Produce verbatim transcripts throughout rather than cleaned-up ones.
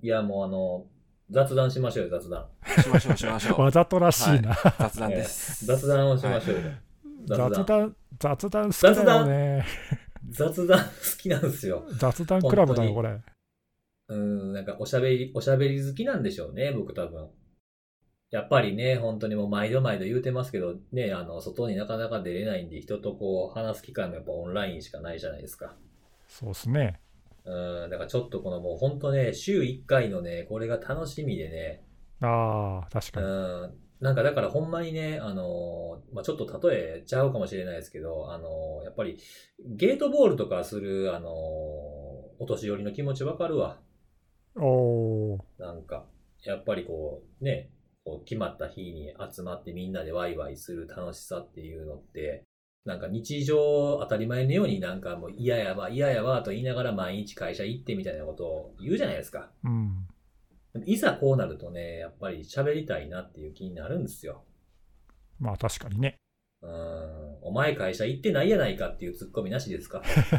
いや、もうあの、雑談しましょうよ、雑談。 しましょうしましょう。 わざとらしいな。 はい、雑談です、 えー雑談をしましょうよ。 はい、 雑談、雑談好きだよね。 雑談好きなんですよ。 雑談クラブだよ、これ。 うーん、なんかおしゃべり、おしゃべり好きなんでしょうね、僕多分。やっぱりね、本当にもう毎度毎度言うてますけど、ね、あの、外になかなか出れないんで、人とこう、話す機会もやっぱオンラインしかないじゃないですか。 そうですね。 うん、だからちょっとこのもう本当ね、週いっかいのね、これが楽しみでね、 ああ、確かうに。 ん、なんかだからほんまにね、あのーまあ、ちょっと例えちゃうかもしれないですけど、あのーやっぱりゲートボールとかする、あのーお年寄りの気持ちわかるわ。 おー。 なんか、やっぱりこう、ね、こう決まった日に集まってみんなでワイワイする楽しさっていうのって、なんか日常当たり前のようになんかもう嫌やわ、嫌やわと言いながら毎日会社行ってみたいなことを言うじゃないですか。 うん。 いざこうなるとね、やっぱり喋りたいなっていう気になるんですよ。 まあ確かにね。 うーん。お前会社行ってないやないかっていうツッコミなしですか？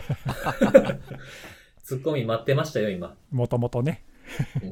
ツッコミ待ってましたよ、今。 もともとね。 うん。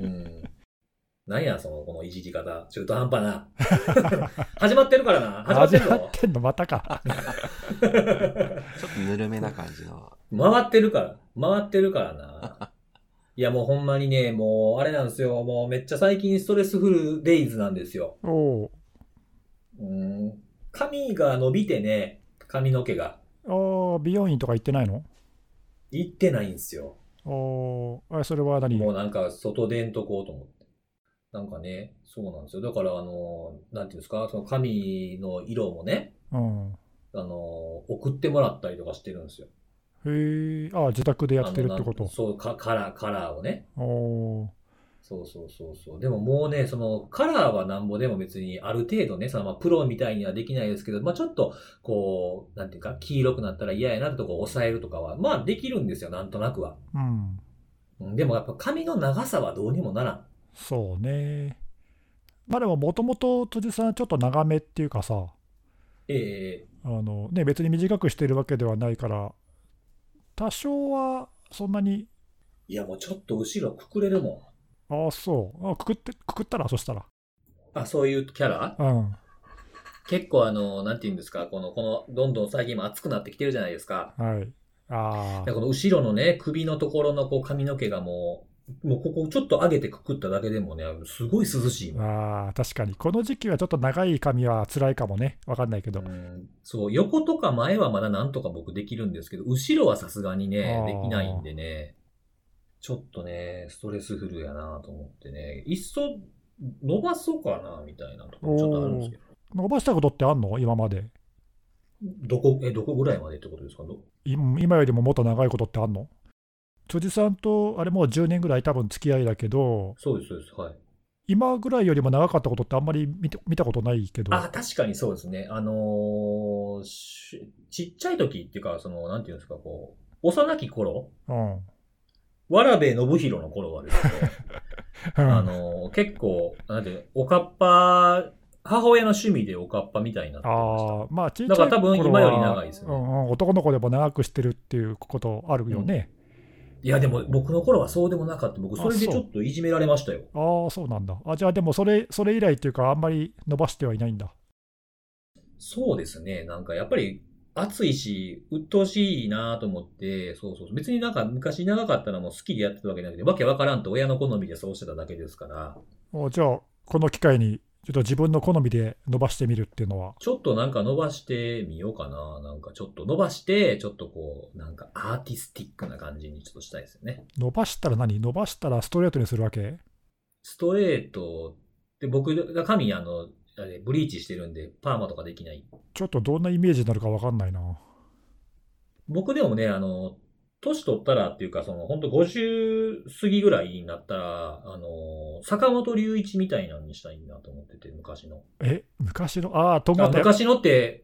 何や、その、このいじり方。中途半端な。始まってるからな。始まって始るぞ。 まってんの、またか。 ちょっとぬるめな感じの。 回ってるから。回ってるからな。いや、もうほんまにね、もう、あれなんですよ。もうめっちゃ最近ストレスフルデイズなんですよ。 おー。 うーん。髪が伸びてね、髪の毛が。 あー、美容院とか行ってないの？ 行ってないんですよ。 おー。あ、それは何？ もうなんか外出んとこうと思って。なんかね、そうなんですよ。だからあの、なんていうんですか、その髪の色もね、 うん。 あの、送ってもらったりとかしてるんですよ。 へえ。あ、自宅でやってあの、なん、 るってこと？ そう、か、カラー、カラーをね。 おー。 そうそうそうそう。でももうね、その、カラーはなんぼでも別にある程度ね、その、まあ、プロみたいにはできないですけど、まあ、ちょっと、こう、なんていうか、黄色くなったら嫌やなってとこを抑えるとかは、まあ、できるんですよ、なんとなくは。 うん。 うんでもやっぱ髪の長さはどうにもならん。 そうね。まあでも、もともと辻さんちょっと長めっていうかさ、 ええあのね、別に短くしてるわけではないから、多少はそんなに。 いや、もうちょっと後ろくくれるもああ、そう。あ、くくって、くくったら、そしたら。 ん。あ、そういうキャラうん。 結構あの、なんて言うんですか、この、この、どんどん最近も熱くなってきてるじゃないですか。 はい。あでこの後ろのね、首のところのこう髪の毛がもう、もうここちょっと上げてくくっただけでもね、すごい涼しいあ、 もん。 ああ、確かに。この時期はちょっと長い髪は辛いかもね。わかんないけど。 うん、そう、横とか前はまだなんとか僕できるんですけど、後ろはさすがにね、できないんあでね、ちょっとね、ストレスフルやなと思ってね、いっそ伸ばそうかな、みたいなとあ、 ころちょっとあるんでおお。 すけど。 伸ばしたことってあんの今まで？ どこ、え、どこぐらいまでってことですか？どい今よりももっと長いことってあんの？辻さんとあれもうじゅうねんぐらい多分付き合いだけど、 そうです、そうです。はい。 今ぐらいよりも長かったことってあんまり見て見たことないけど。 あ、確かにそうですね。あのーしちっちゃい時っていうか、その、なんていうんですか、こう、幼き頃、 うん。 わらべ信弘の頃はですね、 うんあのー結構、なんていうの、おかっぱ、母親の趣味でおかっぱみたいになってました。 ああ、まあ、ちっだから多分ちゃい頃今より長は、 いですね。 うんうん、男の子でも長くしてるっていうことあるうん。 よね。 いや、でも僕の頃はそうでもなかった。僕、そあ、 れでちょそっといじめられましたよ。 う。ああ、そうなんだ。あ、じゃあでもそれ、それ以来っていうか、あんまり伸ばしてはいないんだ。 そうですね。なんかやっぱり暑いし、鬱陶しいなと思って、そうそうそう。別になんか昔長かったらもう好きでやってたわけじゃなくて、わけわからんと親の好みでそうしてただけですから、 おじゃあ、この機会に、ちょっと自分の好みで伸ばしてみるっていうのは。 ちょっとなんか伸ばしてみようかな。なんかちょっと伸ばして、ちょっとこう、なんかアーティスティックな感じにちょっとしたいですよね。 伸ばしたら何？伸ばしたらストレートにするわけ？ ストレートで僕が髪あの、あれブリーチしてるんで、パーマとかできない。 ちょっとどんなイメージになるかわかんないな。 僕でもね、あの、年取ったらっていうか、その、ほんとごじゅう過ぎぐらいになったら、あの、坂本龍一みたいなのにしたいなと思ってて、昔の。 え、昔の、ああ、とんがあ、 ったや、 昔のって、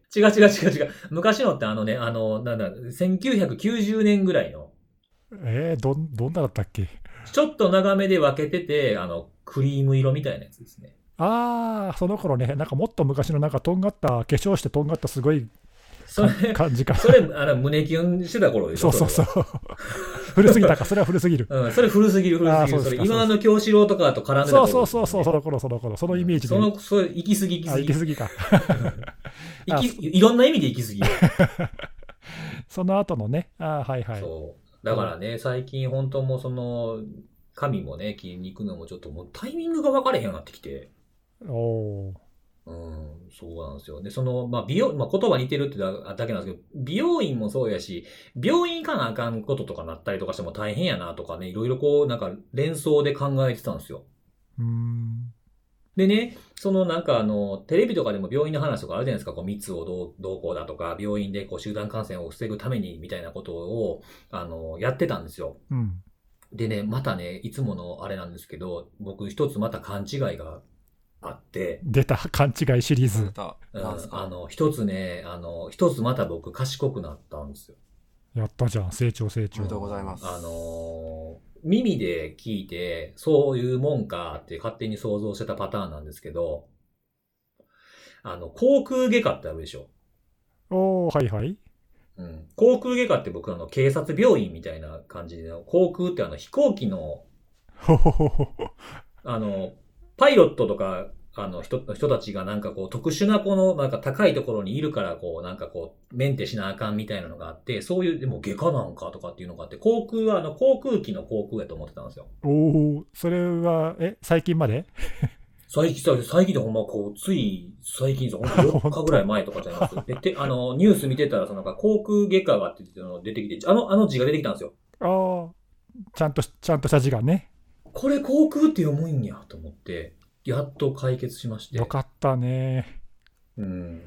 違う違う違う違う。昔のってあのね、あの、なんだ、せんきゅうひゃくきゅうじゅうねんぐらいの、 えー、どん、どんなだったっけ？ ちょっと長めで分けてて、あの、クリーム色みたいなやつですね。 ああ、その頃ね、なんかもっと昔のなんかとんがった、化粧してとんがったすごいかそれ、 感じか。 それ、あの、胸キュンしてた頃でしょそうそうそう。 れは古すぎたか、それは古すぎる。 うん、それ古すぎる、古すぎる。それ今の京志郎とかと絡んでた、 そうそうそうそう、その頃その頃、そのイメージで。 その、それ、行き過ぎ行き過ぎ。 行き過ぎか。 行き、いろんな意味で行き過ぎ。 その後のね、あはいはい。 そう。だからね、最近本当もうその、髪もね、切りに行くのもちょっともうタイミングが分かれへんようになってきて。 おー。 うん、そうなんですよ。で、その、まあ、美容、まあ、言葉似てるってだけなんですけど、美容院もそうやし、病院行かなあかんこととかなったりとかしても大変やなとかね、いろいろこう、なんか連想で考えてたんですよ。 うーん。 でね、そのなんかあの、テレビとかでも病院の話とかあるじゃないですか、こう密をどう、どうこうだとか、病院でこう集団感染を防ぐためにみたいなことを、あの、やってたんですよ。 うん。 でね、またね、いつものあれなんですけど、僕一つまた勘違いがあって、 出た、勘違いシリーズ。 うん、あの、一つね、あの、一つまた僕賢くなったんですよ。 やったじゃん、成長成長。 おめでとうございます。 あのー、耳で聞いて、そういうもんかって勝手に想像してたパターンなんですけど、あの、航空外科ってあるでしょ。 おー、はいはい。 うん。航空外科って僕あの、警察病院みたいな感じで、航空ってあの、飛行機の、 ほほほほ。 あの、パイロットとか、あの人、人たちがなんかこう特殊なこのなんか高いところにいるからこうなんかこうメンテしなあかんみたいなのがあって、そういうでも外科なんかとかっていうのがあって、航空はあの航空機の航空やと思ってたんですよ。 おお、それは、え、最近まで最近、最近でほんまこう、つい最近、ほんとよっかぐらい前とかじゃないですか。で、て、あの、ニュース見てたら、そのなんか航空外科がって言っての出てきて、あの、あの字が出てきたんですよ。 ああ、ちゃんと、ちゃんとした字がね。 これ航空って読むんやと思って、やっと解決しまして。 よかったね。 うん。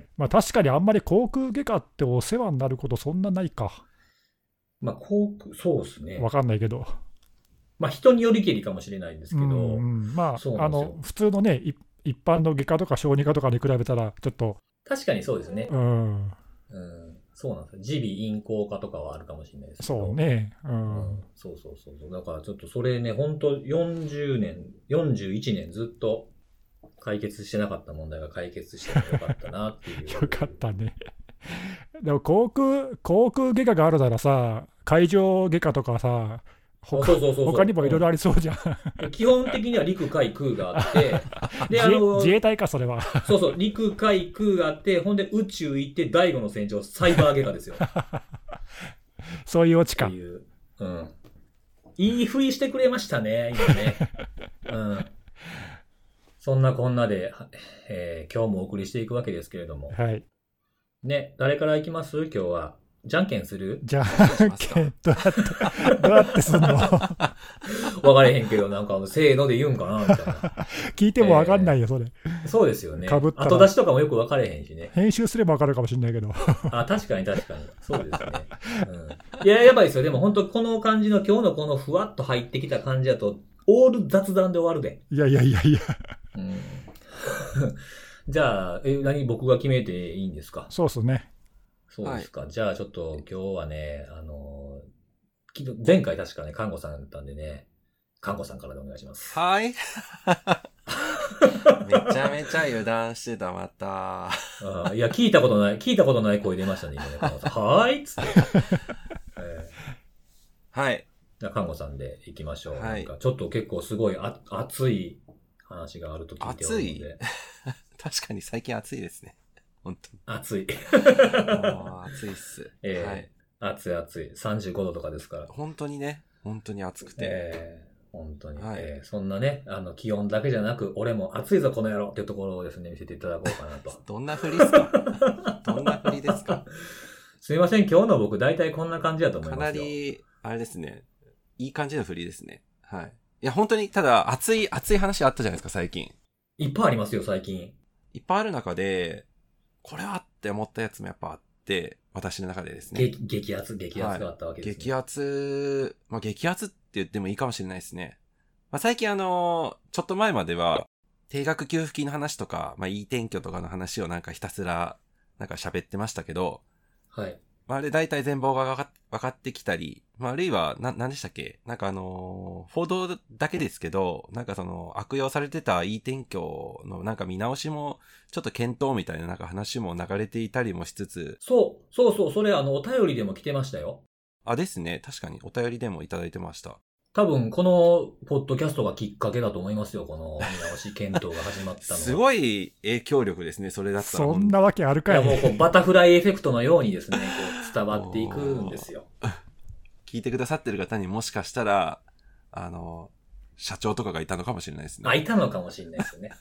まあ確かにあんまり航空外科ってお世話になることそんなないか。 まあ、航空、そうですね。 わかんないけど。 まあ、人によりけりかもしれないんですけど、 うんうん、まあ、あの、普通のね、一般の外科とか小児科とかに比べたら、ちょっと。 確かにそうですね。 うん。 うん、そうなんですよ。耳鼻咽喉科とかはあるかもしれないですけど。 そうね。うん。 うん、そうそうそう。だからちょっとそれね、本当よんじゅうねん、よんじゅういちねんずっと解決してなかった問題が解決してよかったなっていう。 よかったね。でも航空、航空外科があるならさ、海上外科とかさ、他、そうそうそうそう他にもいろいろありそうじゃん、 うん。基本的には陸海空があって、 で、あの、自衛隊か、それは。 そうそう、陸海空があって、ほんで宇宙行って第五の戦場、サイバー外科ですよ。 そういうオチか。 っていう。うん。いいふりしてくれましたね、今ね。うん。そんなこんなで、えー、今日もお送りしていくわけですけれども。 はい。 ね、誰から行きます今日は。じゃんけんするじゃんけん、どうやって、どうやってすんの分かれへんけど、なんか、せーので言うんかなみたいな。 聞いても分かんないよ、それ。 そうですよね。 かぶった後出しとかもよく分かれへんしね。 編集すれば分かるかもしれないけど。 あ、確かに確かに。そうですね。うん、いや、やばいですよ。でも本当この感じの、今日のこのふわっと入ってきた感じだと、オール雑談で終わるで。 いやいやいやいや。 うん、じゃあ、え、何僕が決めていいんですか？ そうっすね。 そうですか。はい、じゃあちょっと今日はね、あのー、前回確かね、看護さんだったんでね、看護さんからでお願いします。 はい。めちゃめちゃ油断してた、また。 あいや、聞いたことない、聞いたことない声出ましたね、今ね、看護さん。はーいっつって。えー、はい。 じゃあ、看護さんで行きましょう。 はい。 なんかちょっと結構すごいあ熱い話があると聞いておるので。 熱い確かに最近暑いですね。本当に。 暑い。 もう暑いっす。 えー、はい。暑い暑い。さんじゅうごどとかですから。 本当にね、本当に暑くて。 えー、本当に。 はい、 えー、そんなね、あの、気温だけじゃなく、俺も暑いぞこの野郎っていうところをですね、見せていただこうかなと。 どんな振りですかどんな振りですかすいません、今日の僕大体こんな感じだと思いますよ。 かなり、あれですね、いい感じの振りですね。はい。いや、本当に、ただ、熱い、熱い話あったじゃないですか、最近。 いっぱいありますよ、最近。 いっぱいある中で、これはって思ったやつもやっぱあって、私の中でですね。 激、激アツ、激アツがあったわけですね。 はい、激アツ、まあ激アツって言ってもいいかもしれないですね。まあ最近あの、ちょっと前までは、定額給付金の話とか、まあいい転居とかの話をなんかひたすら、なんか喋ってましたけど、 はい。 まあ、あれ大体全貌が分か分かってきたり、まあ、あるいは、な、なんでしたっけなんかあのー、報道だけですけど、なんかその、悪用されてたいい転居のなんか見直しも、ちょっと検討みたいななんか話も流れていたりもしつつ。 そう、そうそう、それあの、お便りでも来てましたよ。 あ、ですね。確かにお便りでもいただいてました。 多分、この、ポッドキャストがきっかけだと思いますよ。この、見直し検討が始まったのは。 すごい影響力ですね、それだったら。 そんなわけあるかい。 いや、もうこう、バタフライエフェクトのようにですね、こう、伝わっていくんですよ。 聞いてくださってる方にもしかしたら、あの、社長とかがいたのかもしれないですね。 あ、いたのかもしれないですよね。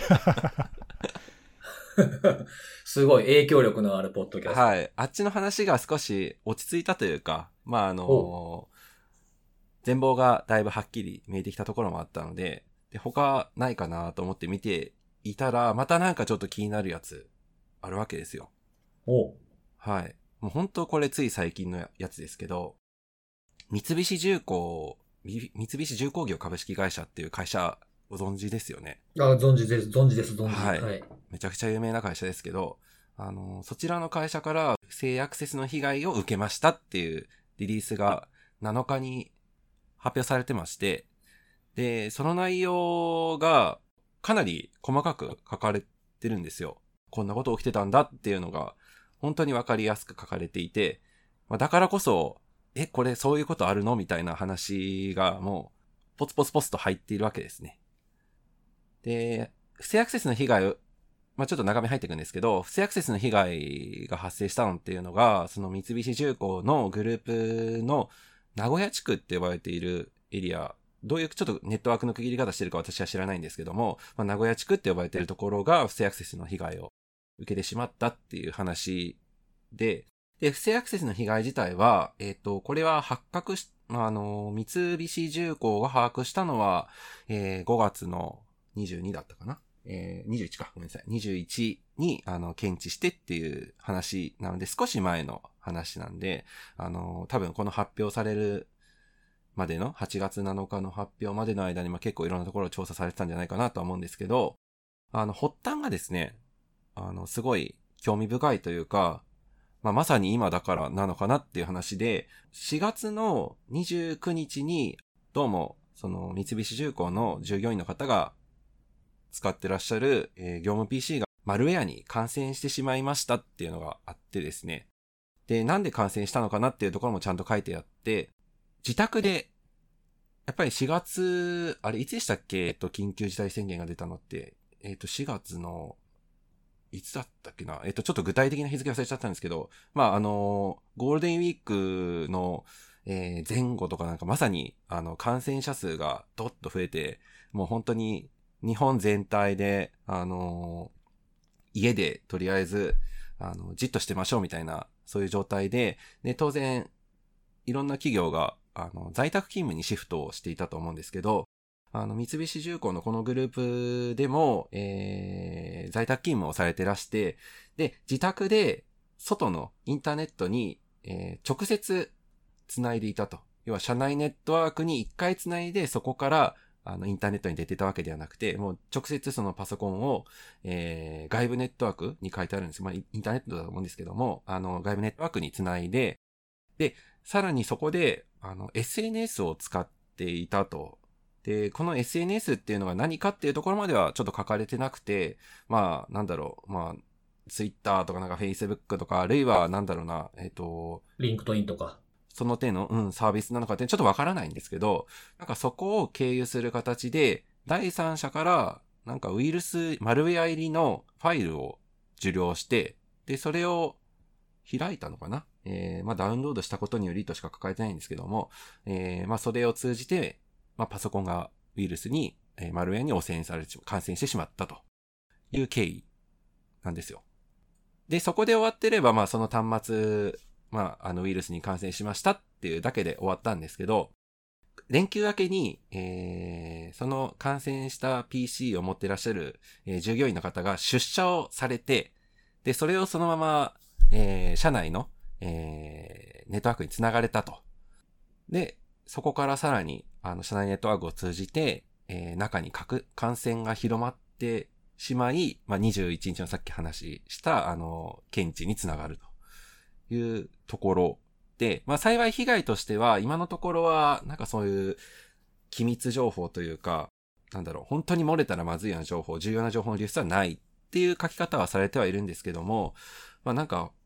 すごい影響力のあるポッドキャスト。 はい。あっちの話が少し落ち着いたというか、まあ、あの、全貌がだいぶはっきり見えてきたところもあったので、で、他ないかなと思って見ていたら、またなんかちょっと気になるやつあるわけですよ。 おはい。もう本当これつい最近のやつですけど、三菱重工、三菱重工業株式会社っていう会社ご存知ですよね。 あ、存じです、存じです、存じです。 はい。 はい、 めちゃくちゃ有名な会社ですけど、あの、そちらの会社から不正アクセスの被害を受けましたっていうリリースがなのかに発表されてまして、で、その内容がかなり細かく書かれてるんですよ。こんなこと起きてたんだっていうのが本当にわかりやすく書かれていて、まあ、だからこそ、え、これそういうことあるのみたいな話がもうポツポツポツと入っているわけですね。で、不正アクセスの被害を、まあ、ちょっと長め入っていくんですけど、不正アクセスの被害が発生したのっていうのが、その三菱重工のグループの名古屋地区って呼ばれているエリア、どういうちょっとネットワークの区切り方してるか私は知らないんですけども、まあ、名古屋地区って呼ばれているところが不正アクセスの被害を受けてしまったっていう話で、で、不正アクセスの被害自体は、えっと、これは発覚し、あの、三菱重工が把握したのは、えー、ごがつのにじゅうにだったかな、えー、にじゅういちか。ごめんなさい。にじゅういちに、あの、検知してっていう話なので、少し前の話なんで、あの、多分この発表されるまでの、はちがつなのかの発表までの間に、まあ、結構いろんなところを調査されてたんじゃないかなとは思うんですけど、あの、発端がですね、あの、すごい興味深いというか、まあ、まさに今だからなのかなっていう話で、しがつのにじゅうくにちに、どうも、その、三菱重工の従業員の方が、使ってらっしゃる、えー、業務 ピーシー がマルウェアに感染してしまいましたっていうのがあってですね。で、なんで感染したのかなっていうところもちゃんと書いてあって、自宅で、やっぱりしがつ、あれいつでしたっけ、えっと、緊急事態宣言が出たのって、えっと、しがつの、いつだったっけな、えっと、ちょっと具体的な日付忘れちゃったんですけど、まあ、あの、ゴールデンウィークの、えー、前後とかなんかまさに、あの、感染者数がどっと増えて、もう本当に、日本全体で、あのー、家でとりあえず、あの、じっとしてましょうみたいな、そういう状態で、で、当然、いろんな企業が、あの、在宅勤務にシフトをしていたと思うんですけど、あの、三菱重工のこのグループでも、えー、在宅勤務をされてらして、で、自宅で、外のインターネットに、えー、直接繋いでいたと。要は、社内ネットワークに一回繋いで、そこから、あの、インターネットに出てたわけではなくて、もう直接そのパソコンを、えー、外部ネットワークに書いてあるんです。まあ、インターネットだと思うんですけども、あの、外部ネットワークにつないで、で、さらにそこで、あの、エスエヌエス を使っていたと。で、この エスエヌエス っていうのが何かっていうところまではちょっと書かれてなくて、まあ、なんだろう、まあ、Twitter とかなんか Facebook とか、あるいはなんだろうな、えっと、 リンクトインとか。 その手の、うん、サービスなのかってちょっとわからないんですけど、なんかそこを経由する形で、第三者から、なんかウイルス、マルウェア入りのファイルを受領して、で、それを開いたのかな、えー、まあダウンロードしたことによりとしか書かれてないんですけども、えー、まあそれを通じて、まあパソコンがウイルスに、えー、マルウェアに汚染されて、感染してしまったという経緯なんですよ。で、そこで終わってれば、まあその端末、まあ、あのウイルスに感染しましたっていうだけで終わったんですけど、連休明けに、えー、その感染した ピーシー を持っていらっしゃる、えー、従業員の方が出社をされて、で、それをそのまま、えー、社内の、えー、ネットワークにつながれたと。で、そこからさらに、あの、社内ネットワークを通じて、えー、中に各感染が広まってしまい、まあ、にじゅういちにちのさっき話した、あの、検知につながると。いうところで、まあ幸い被害としては今のところはなんかそういう機密情報というか、なんだろう、本当に漏れたらまずいような情報、重要な情報の流出はないっていう書き方はされてはいるんですけども、まあなんか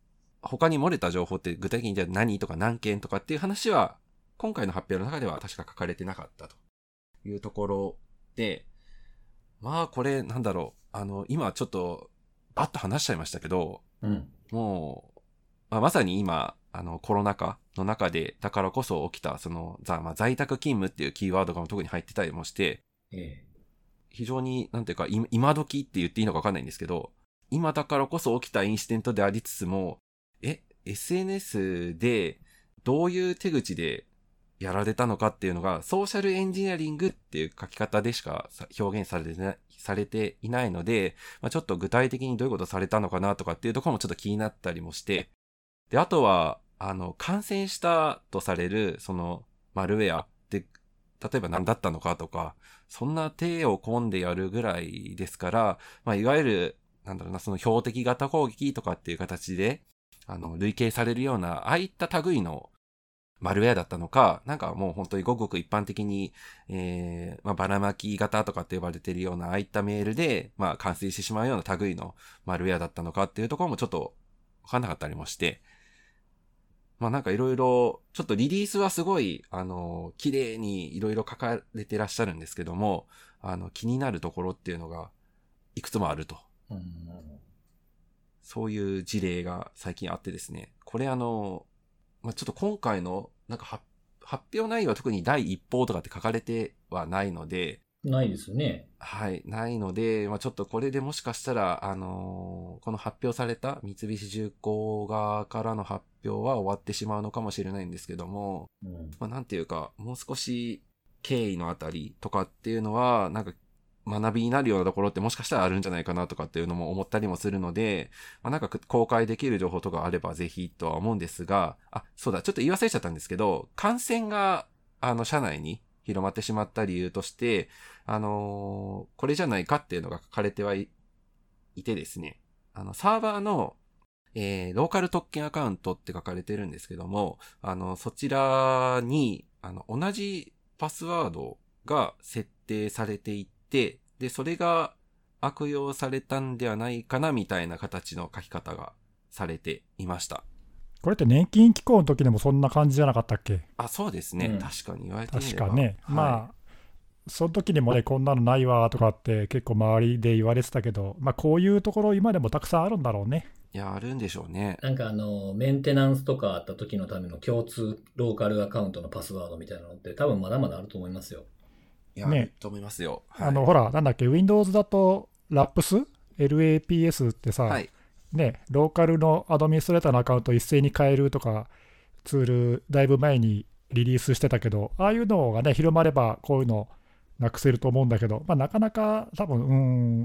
他に漏れた情報って具体的にじゃあ何とか何件とかっていう話は、今回の発表の中では確か書かれてなかったというところで、まあこれなんだろう、あの、今ちょっとバッと話しちゃいましたけど、 うん、 もう、まあ、まさに今、あのコロナ禍の中でだからこそ起きた、その、まあ、在宅勤務っていうキーワードが特に入ってたりもして、 ええ、 非常に、なんていうか、今時って言っていいのか分かんないんですけど、今だからこそ起きたインシデントでありつつも、え、エスエヌエス でどういう手口でやられたのかっていうのが、ソーシャルエンジニアリングっていう書き方でしか表現されてない、されていないので、まあ、ちょっと具体的にどういうことされたのかなとかっていうところもちょっと気になったりもして、で、あとは、あの、感染したとされる、その、マルウェアって、例えば何だったのかとか、そんな手を込んでやるぐらいですから、まあ、いわゆる、なんだろうな、その標的型攻撃とかっていう形で、あの、類型されるような、ああいった類のマルウェアだったのか、なんかもう本当にごくごく一般的に、えー、まあ、ばらまき型とかって呼ばれているような、ああいったメールで、まあ、感染してしまうような類のマルウェアだったのかっていうところもちょっとわかんなかったりもして、まあなんかいろいろ、ちょっとリリースはすごい、あの、綺麗にいろいろ書かれてらっしゃるんですけども、あの、気になるところっていうのがいくつもあると。 うん、 そういう事例が最近あってですね。これあの、まあちょっと今回の、なんか発表内容は特に第一報とかって書かれてはないので、 ないですね。 はい、ないので、まあちょっとこれでもしかしたら、あのー、この発表された三菱重工側からの発表は終わってしまうのかもしれないんですけども、 うん、 まあなんていうか、もう少し経緯のあたりとかっていうのは、なんか学びになるようなところってもしかしたらあるんじゃないかなとかっていうのも思ったりもするので、まあなんか公開できる情報とかあればぜひとは思うんですが、あ、そうだ、ちょっと言い忘れちゃったんですけど、感染が、あの、社内に広まってしまった理由として、あのー、これじゃないかっていうのが書かれてはい、いてですね、あの、サーバーの、えー、ローカル特権アカウントって書かれてるんですけども、あの、そちらに、あの、同じパスワードが設定されていて、で、それが悪用されたんではないかなみたいな形の書き方がされていました。 これって年金機構の時でもそんな感じじゃなかったっけ？ あ、そうですね。うん、確かに言われてみれば。 確かね。はい、まあ、その時にもね、こんなのないわとかって結構周りで言われてたけど、まあこういうところ今でもたくさんあるんだろうね。 いや、あるんでしょうね。 なんかあの、メンテナンスとかあった時のための共通ローカルアカウントのパスワードみたいなのって多分まだまだあると思いますよ。 いや、ね、あると思いますよ。 はい、あの、ほら、なんだっけ、Windows だと ラップス エルエーピーエス ってさ、はい、ね、ローカルのアドミニストレーターのアカウントを一斉に変えるとか、ツール、だいぶ前にリリースしてたけど、ああいうのがね、広まればこういうのなくせると思うんだけど、まあ、なかなか多分、うん、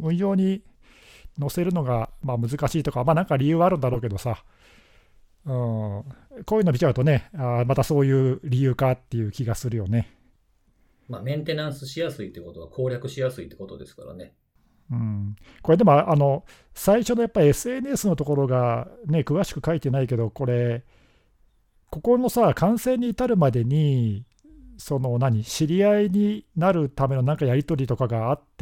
運用に載せるのがまあ難しいとか、まあなんか理由はあるんだろうけどさ、うん、こういうの見ちゃうとね、あまたそういう理由かっていう気がするよね。 まあメンテナンスしやすいってことは攻略しやすいってことですからね。 うん、これでもあの最初のやっぱり エスエヌエス のところがね、詳しく書いてないけど、これ、ここのさ、完成に至るまでに、その何、知り合いになるためのなんかやり取りとかがあって、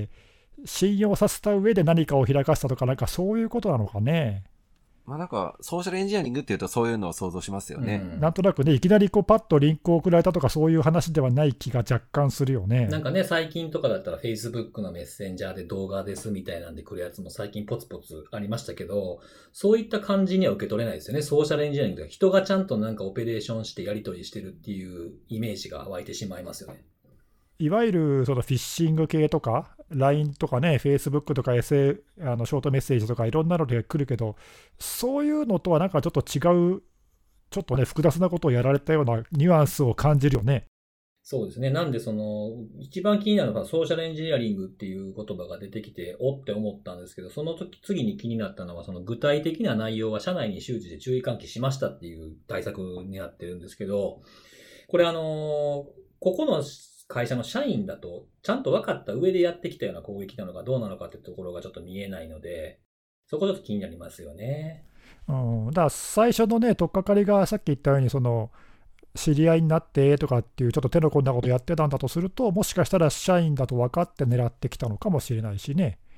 信用させた上で何かを開かせたとか、なんかそういうことなのかね。 まあなんか、ソーシャルエンジニアリングっていうとそういうのを想像しますよね。 うん、なんとなくね、いきなりこうパッとリンクを送られたとか、そういう話ではない気が若干するよね。 なんかね、最近とかだったら Facebook のメッセンジャーで動画ですみたいなんで来るやつも最近ポツポツありましたけど、そういった感じには受け取れないですよね。ソーシャルエンジニアリングで人がちゃんとなんかオペレーションしてやり取りしてるっていうイメージが湧いてしまいますよね。 いわゆるそのフィッシング系とか、ライン とかね、Facebook とか エスエー、あのショートメッセージとかいろんなので来るけど、そういうのとはなんかちょっと違う、ちょっとね、複雑なことをやられたようなニュアンスを感じるよね。 そうですね。なんでその、一番気になるのがソーシャルエンジニアリングっていう言葉が出てきて、おって思ったんですけど、その時、次に気になったのは、その具体的な内容は社内に周知で注意喚起しましたっていう対策になってるんですけど、これあの、ここの会社の社員だと、ちゃんと分かった上でやってきたような攻撃なのかどうなのかっていうところがちょっと見えないので、そこちょっと気になりますよね。 うん、だから最初のね、取っかかりがさっき言ったように、その、知り合いになってとかっていうちょっと手の込んだことやってたんだとすると、もしかしたら社員だと分かって狙ってきたのかもしれないしね。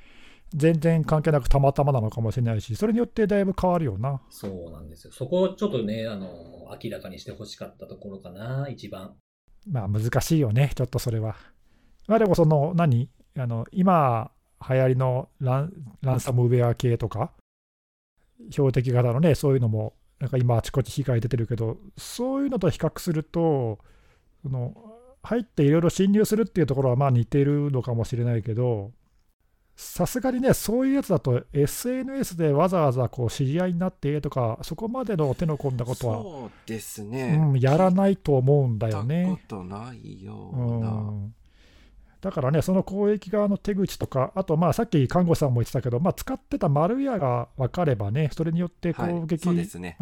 全然関係なくたまたまなのかもしれないし、それによってだいぶ変わるよな。 そうなんですよ。そこをちょっとね、あの、明らかにしてほしかったところかな、一番。 まあ難しいよね、ちょっとそれは。まあでもその何あの今流行りのラン、ランサムウェア系とか、標的型のね、そういうのも、なんか今あちこち被害出てるけど、そういうのと比較すると、その入っていろいろ侵入するっていうところはまあ似てるのかもしれないけど、さすがにね、そういうやつだと エスエヌエス でわざわざこう知り合いになってとか、そこまでの手の込んだことは、 そうですね、 うん、やらないと思うんだよね。 聞いたことないような、 うん、だからね、その攻撃側の手口とか、あとまあさっき看護師さんも言ってたけど、まあ、使ってたマルウェアが分かればね、それによって攻撃、 はい、そうですね、 うん、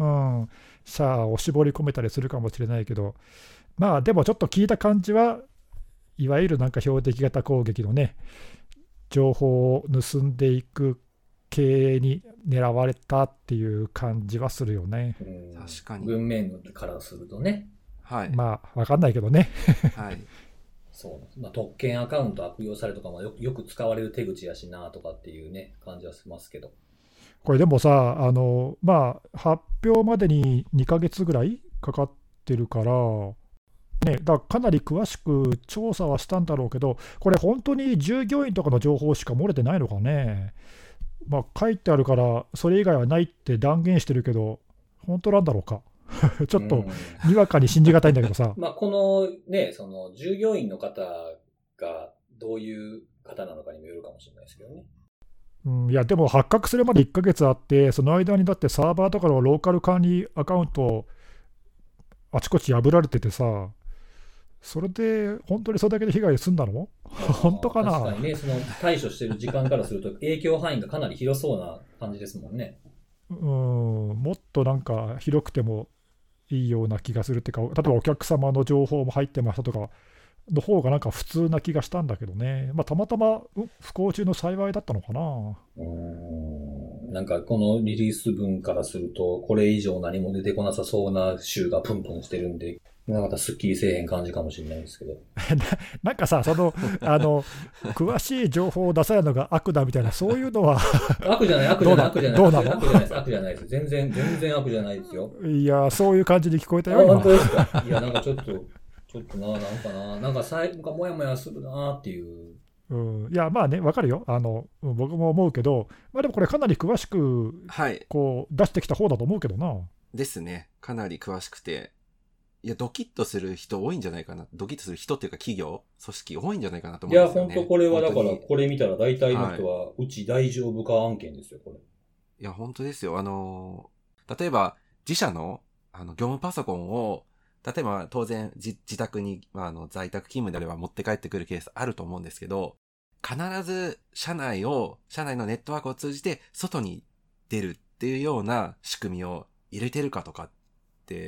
者を絞り込めたりするかもしれないけど、まあでもちょっと聞いた感じは、いわゆるなんか標的型攻撃のね、情報を盗んでいく系に狙われたっていう感じはするよね。 確かに。 文面からするとね。 はい。 まあ、わかんないけどね。 はい。 そう。まあ、特権アカウント悪用されるとかもよく、よく使われる手口やしなとかっていうね、感じはしますけど。 これでもさ、あの、まあ、発表までににかげつぐらいかかってるから、ね、だからかなり詳しく調査はしたんだろうけど、これ本当に従業員とかの情報しか漏れてないのかね。まあ、書いてあるから、それ以外はないって断言してるけど、本当なんだろうか。ちょっと、にわかに信じがたいんだけどさ。 まあ、このね、その従業員の方がどういう方なのかにもよるかもしれないですけどね。 うん、いや、でも発覚するまでいっかげつあって、その間にだってサーバーとかのローカル管理アカウント、あちこち破られててさ、それで本当にそれだけで被害で済んだの？本当かな？ 確かにね、その対処してる時間からすると影響範囲がかなり広そうな感じですもんね。 うん、もっとなんか広くてもいいような気がするっていうか、例えばお客様の情報も入ってましたとかの方がなんか普通な気がしたんだけどね。まあ、たまたま不幸中の幸いだったのかな。 うーん、なんかこのリリース文からすると、これ以上何も出てこなさそうな週がプンプンしてるんで、なんかすっきりせえへん感じかもしれないですけど。 な, なんかさ、その、あの、詳しい情報を出さないのが悪だみたいな、そういうのは悪じゃない、悪じゃない、悪じゃない、 どうなの？ 悪じゃないです、悪じゃないです。全然、全然悪じゃないですよ。 いや、そういう感じに聞こえたよ。 あ、本当ですか。いや、なんかちょっと、ちょっとな、なんかな、なんかさい、なんかもやもやするなっていう。 うん、いや、まあね、わかるよ。あの、僕も思うけど、まあでもこれかなり詳しく、こう、出してきた方だと思うけどな。 ですね。かなり詳しくて。いや、ドキッとする人多いんじゃないかな。ドキッとする人っていうか企業、組織多いんじゃないかなと思うんですよね。 いや、本当これはだから、これ見たら大体の人は、うち大丈夫か案件ですよ、これ。 いや、本当ですよ。あの、例えば、自社の、あの、業務パソコンを、例えば当然自宅に、まあ、あの在宅勤務であれば持って帰ってくるケースあると思うんですけど、必ず社内を、社内のネットワークを通じて外に出るっていうような仕組みを入れてるかとかって、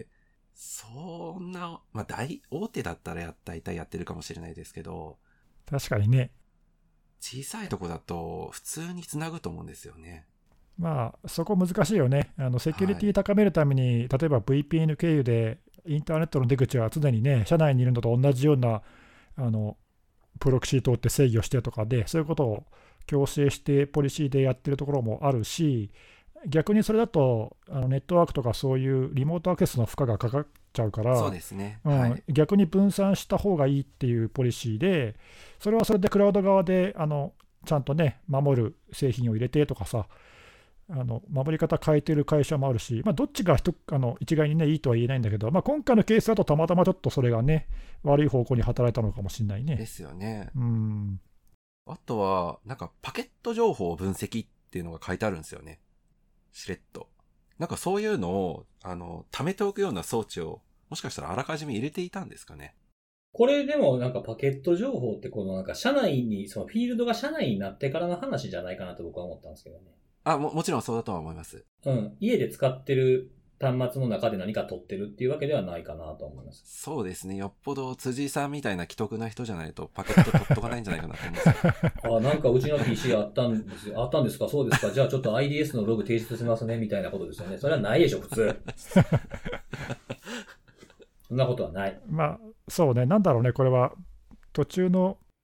そんな、まあ大、大手だったらや大体やってるかもしれないですけど、 確かにね。 小さいとこだと普通につなぐと思うんですよね。 まあ、そこ難しいよね。あのセキュリティ高めるために、はい、例えば ブイピーエヌ 経由でインターネットの出口は常にね、社内にいるのと同じようなあのプロキシー通って制御してとかで、そういうことを強制してポリシーでやってるところもあるし、逆にそれだとあのネットワークとかそういうリモートアクセスの負荷がかかっちゃうから、 そうですね、 うん、 はい、 逆に分散した方がいいっていうポリシーで、それはそれでクラウド側であのちゃんとね、守る製品を入れてとかさ、あの守り方変えてる会社もあるし、まあ、どっちが一あの一概にね、いいとは言えないんだけど、まあ、今回のケースだとたまたまちょっとそれがね、悪い方向に働いたのかもしれないね。 ですよね。 うん。 あとは、なんかパケット情報分析っていうのが書いてあるんですよね。しれっと。なんかそういうのを、あの、貯めておくような装置を、もしかしたらあらかじめ入れていたんですかね。 これでもなんかパケット情報ってこのなんか社内に、そのフィールドが社内になってからの話じゃないかなと僕は思ったんですけどね。 あ、も、もちろんそうだとは思います。 うん。家で使ってる端末の中で何か取ってるっていうわけではないかなと思います。 そうですね。よっぽど辻井さんみたいな既得な人じゃないとパケット取っとかないんじゃないかなと思います。 あ、なんかうちの ピーシー あったんですよ。あったんですか？そうですか。じゃあちょっと アイディーエス のログ提出しますねみたいなことですよね。それはないでしょ、普通。そんなことはない。 まあ、そうね、なんだろうね、これは途中の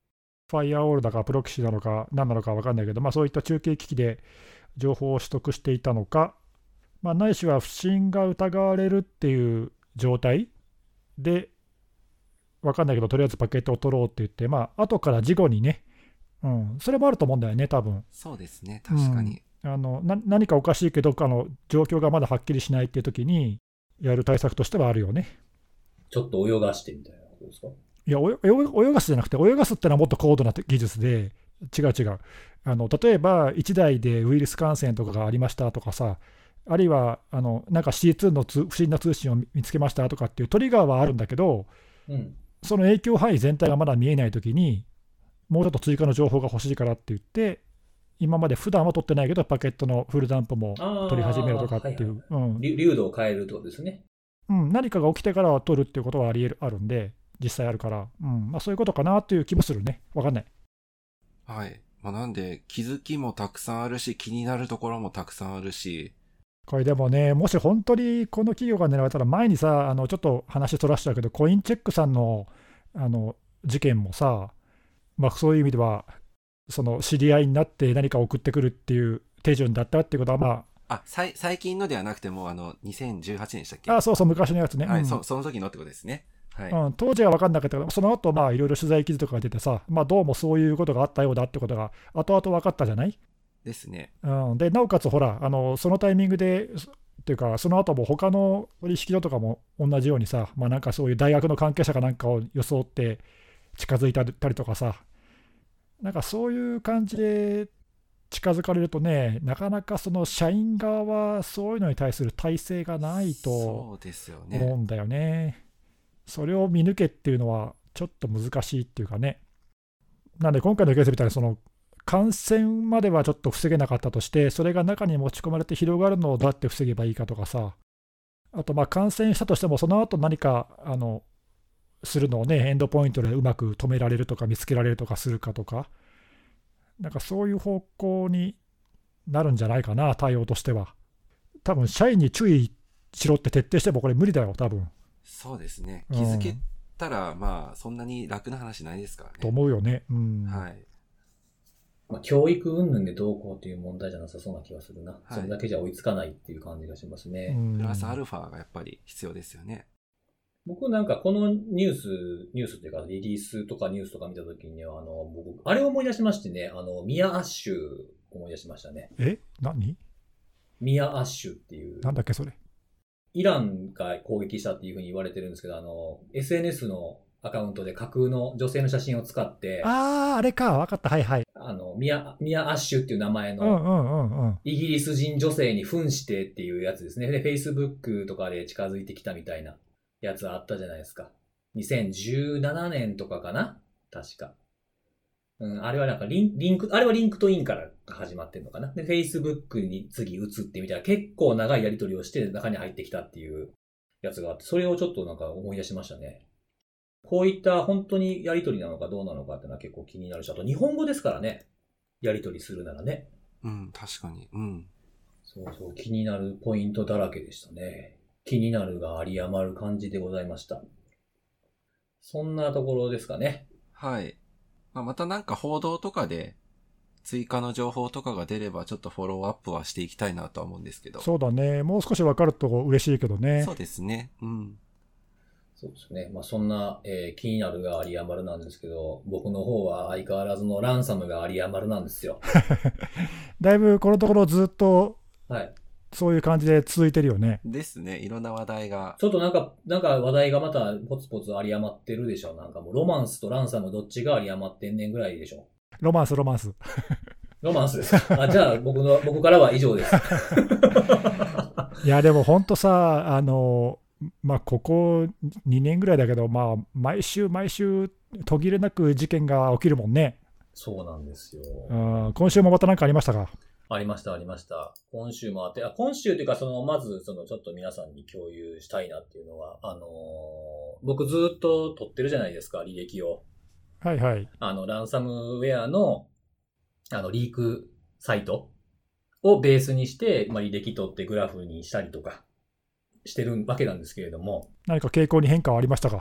ファイアウォールだかプロキシなのか何なのか分かんないけど、まあ、そういった中継機器で情報を取得していたのか、まあ、ないしは不審が疑われるっていう状態で、分かんないけど、とりあえずパケットを取ろうって言って、まあ後から事後にね、うん、それもあると思うんだよね、多分。 そうですね、確かに。 うん、あのな何かおかしいけどあの、状況がまだはっきりしないっていう時に、やる対策としてはあるよね。 ちょっと泳がしてみたいなことですか？ いや、泳がすじゃなくて、泳がすってのはもっと高度な技術で、違う違う。あの例えば、いちだいでウイルス感染とかがありましたとかさ、あるいはあのなんか シーツー のつ不審な通信を見つけましたとかっていうトリガーはあるんだけど、 うん、 その影響範囲全体がまだ見えないときに、もうちょっと追加の情報が欲しいからって言って、今まで普段は取ってないけど、パケットのフルダンプも取り始めるとかっていう、 流度を変えるってことですね。 うん、何かが起きてから取るっていうことはありえるあるんで、実際あるから、うんまあ、そういうことかなという気もするね。わかんない。 はい。まあ、なんで、気づきもたくさんあるし、気になるところもたくさんあるし。 これでもね、もし本当にこの企業が狙われたら、前にさ、あのちょっと話そらしちゃうけど、コインチェックさんのあの事件もさ、まあ、そういう意味では、その知り合いになって何か送ってくるっていう手順だったっていうことは、まあ、 あ、さい最近のではなくても、あの、にせんじゅうはちねんでしたっけ？ あ、そうそう、昔のやつね。 はい、 うん、 そ, その時のってことですね。はい。 うん、当時は分かんなかったけど、その後まあいろいろ取材記事とかが出てさ、まあ、どうもそういうことがあったようだってことが、後々分かったじゃない。 ですね。 うん、でなおかつ、ほらあの、そのタイミングで、っていうか、その後も他の取引所とかも同じようにさ、まあ、なんかそういう大学の関係者かなんかを装って近づいたりとかさ、なんかそういう感じで近づかれるとね、なかなかその社員側はそういうのに対する体制がないと思うんだよね。それを見抜けっていうのはちょっと難しいっていうかね。なんで今回のケースみたいにその感染まではちょっと防げなかったとして、それが中に持ち込まれて広がるのをどうやって防げばいいかとかさ、あとまあ感染したとしてもその後何かあのするのをね、エンドポイントでうまく止められるとか見つけられるとかするかとか、なんかそういう方向になるんじゃないかな、対応としては。多分社員に注意しろって徹底してもこれ無理だよ、多分。 そうですね。気づけたら、うん、まあそんなに楽な話ないですからね。 と思うよね。うん、 はい。 まあ、教育云々でどうこうという問題じゃなさそうな気がするな、はい。それだけじゃ追いつかないっていう感じがしますね。 うん、プラスアルファがやっぱり必要ですよね。 僕なんかこのニュース、ニュースっていうかリリースとかニュースとか見たときには、あの、僕、あれを思い出しましてね、あの、ミア・アッシュ思い出しましたね。 え何ミア・アッシュっていう。 なんだっけそれ。 イランが攻撃したっていうふうに言われてるんですけど、あの、エスエヌエス のアカウントで架空の女性の写真を使って、 ああ、あれか、わかった、はいはい。 あの、ミア、ミア・アッシュっていう名前うんうんうんうん、 の、イギリス人女性に扮してっていうやつですね。で、Facebook とかで近づいてきたみたいなやつあったじゃないですか。にせんじゅうななねんとかかな確か。うん、あれはなんかリン、リンク、あれはリンクトインから始まってんのかなで、Facebook に次移ってみたら結構長いやり取りをして中に入ってきたっていうやつがあって、それをちょっとなんか思い出しましたね。こういった本当にやり取りなのかどうなのかっていうのは結構気になるし、あと日本語ですからね。やり取りするならね。 うん、確かに。うん。 そうそう、気になるポイントだらけでしたね。気になるがあり余る感じでございました。そんなところですかね。 はい。まあ、またなんか報道とかで追加の情報とかが出ればちょっとフォローアップはしていきたいなとは思うんですけど。 そうだね。もう少し分かると嬉しいけどね。 そうですね。うん。 そうですね。まあそんな、えー、気になるがあり余るなんですけど、僕の方は相変わらずのランサムがあり余るなんですよ。 だいぶこのところずっと、 はい。 そういう感じで続いてるよね。 ですね。いろんな話題が。 ちょっとなんか、なんか話題がまたポツポツあり余ってるでしょ。なんかもうロマンスとランサムどっちがあり余ってんねんぐらいでしょ。 ロマンス、ロマンス。 ロマンスですか。あ、じゃあ僕の、僕からは以上です。 いや、でも本当さ、あの、まあ、ここにねんぐらいだけど、まあ、毎週毎週途切れなく事件が起きるもんね。 そうなんですよ。 うん、今週もまた何かありましたか？ ありました、ありました。今週もあって、あ今週というか、その、まず、その、ちょっと皆さんに共有したいなっていうのは、あのー、僕ずっと撮ってるじゃないですか、履歴を。 はいはい。 あの、ランサムウェアの、あの、リークサイトをベースにして、まあ、履歴取ってグラフにしたりとかしてるわけなんですけれども。 何か傾向に変化はありましたか？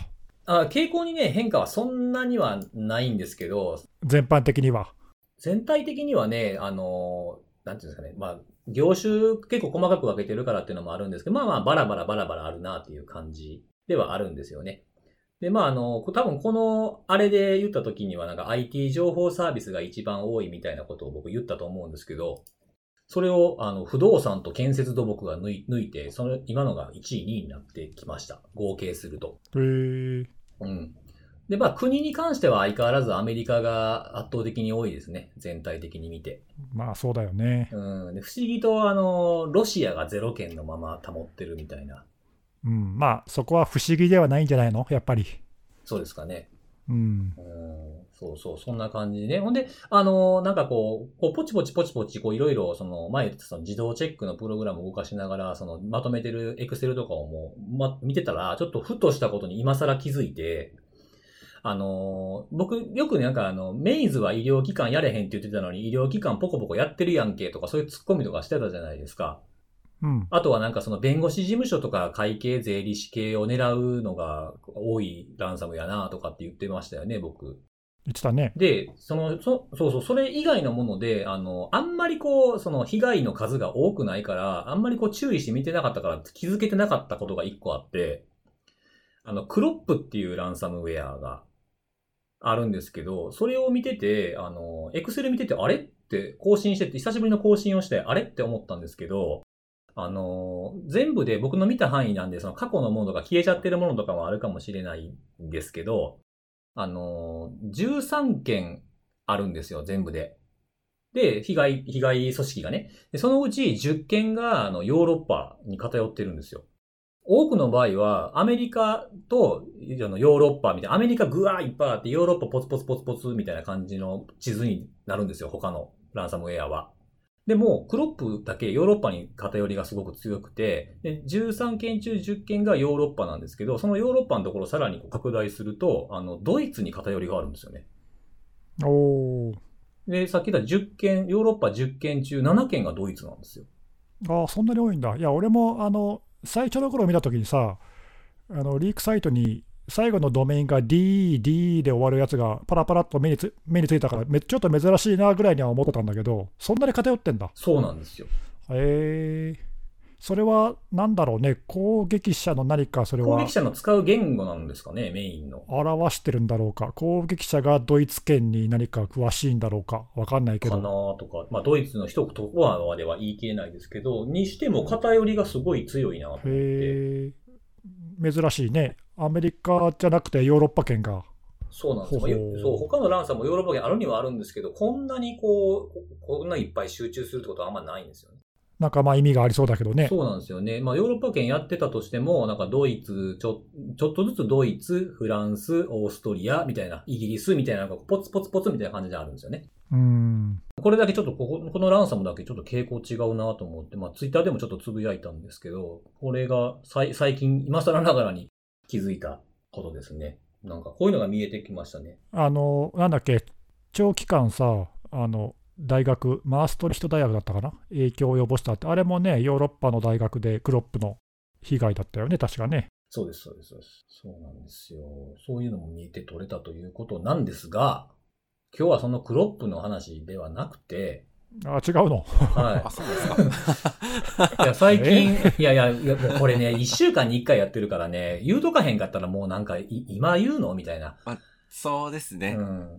あ、傾向にね、変化はそんなにはないんですけど、 全般的には。 全体的にはね、あの、なんていうんですかね、まあ、業種結構細かく分けてるからっていうのもあるんですけど、まあまあ、バラバラバラバラあるなっていう感じではあるんですよね。で、まあ、あの、多分この、あれで言った時にはなんか アイティー 情報サービスが一番多いみたいなことを僕言ったと思うんですけど、それを、あの、不動産と建設土木が抜い抜いて、その、今のがいちい、にいになってきました。合計すると。 へー。 うん。で、まあ、国に関しては相変わらずアメリカが圧倒的に多いですね。全体的に見て。 まあ、そうだよね。 うん。で、不思議と、あの、ロシアがゼロ件のまま保ってるみたいな。 うん、まあ、そこは不思議ではないんじゃないのやっぱり。 そうですかね。 うん。 うん、そうそう、そんな感じでね。ほんで、あの、なんかこう、こうポチポチポチポチ、こういろいろ、その、前言ってたその自動チェックのプログラムを動かしながら、その、まとめてるエクセルとかをもう、ま、見てたら、ちょっとふとしたことに今更気づいて、あの、僕、よくね、なんかあの、メイズは医療機関やれへんって言ってたのに、医療機関ポコポコやってるやんけとか、そういうツッコミとかしてたじゃないですか。 うん。 あとはなんかその弁護士事務所とか会計税理士系を狙うのが多いランサムやなとかって言ってましたよね、僕。 言ってたね。 で、その、そ、そうそう、それ以外のもので、あの、あんまりこう、その被害の数が多くないから、あんまりこう注意して見てなかったから気づけてなかったことが一個あって、あの、クロップっていうランサムウェアがあるんですけど、それを見てて、あの、エクセル見てて、あれって更新してて、久しぶりの更新をして、あれって思ったんですけど、あの、全部で僕の見た範囲なんで、その過去のものとか消えちゃってるものとかもあるかもしれないんですけど、あの、じゅうさんけんあるんですよ、全部で。で、被害、被害組織がね。でそのうちじゅっけんが、あの、ヨーロッパに偏ってるんですよ。多くの場合は、アメリカと、あの、ヨーロッパみたいな、アメリカぐわーいっぱいあって、ヨーロッパポツポツポツポツみたいな感じの地図になるんですよ、他のランサムウェアは。でも、クロップだけヨーロッパに偏りがすごく強くて、でじゅうさんけん中じゅっけんがヨーロッパなんですけど、そのヨーロッパのところをさらに拡大すると、あの、ドイツに偏りがあるんですよね。 おー。 で、さっき言ったじゅっけん、ヨーロッパじゅっけん中ななけんがドイツなんですよ。 ああ、そんなに多いんだ。いや、俺も、あの、最初の頃見たときにさ、あの、リークサイトに、最後のドメインが ディー、ディー で終わるやつがパラパラっと目につ目についたからめ、ちょっと珍しいなぐらいには思ってたんだけど、そんなに偏ってんだ。 そうなんですよ。 へえ。それはなんだろうね、攻撃者の何かそれは攻撃者の使う言語なんですかね、メインの。 表してるんだろうか、攻撃者がドイツ圏に何か詳しいんだろうか、わかんないけど。 かなとか、まあドイツの人とはでは言い切れないですけど、にしても偏りがすごい強いなと思って。 へえ、珍しいね。アメリカじゃなくてヨーロッパ圏が。 そうなんですよ。 ほほそう、他のランサーもヨーロッパ圏あるにはあるんですけど、こんなにこう、こんないっぱい集中するってことはあんまないんですよね。 なんかまあ意味がありそうだけどね。 そうなんですよね。まあヨーロッパ圏やってたとしても、なんかドイツ、ちょ、ちょっとずつドイツ、フランス、オーストリアみたいな、イギリスみたいな、なんかポツポツポツみたいな感じであるんですよね。 うーん。 これだけちょっとここ、このランサムだけちょっと傾向違うなと思って、まあツイッターでもちょっとつぶやいたんですけど、これが最最近、今更ながらに気づいたことですね。なんかこういうのが見えてきましたね。 あの、なんだっけ、長期間さ、あの、大学、マーストリヒト大学だったかな、影響を及ぼしたって、あれもね、ヨーロッパの大学でクロップの被害だったよね、確かね。 そうです、そうです、そうです。そうなんですよ。そういうのも見えて取れたということなんですが、今日はそのクロップの話ではなくて、 あ、違うの。 はい。 あ、そうですか。 いや、最近、いやいや、いやこれね、一週間に一回やってるからね、言うとかへんかったらもうなんか、い今言うのみたいな。 まあ、そうですね。 うん、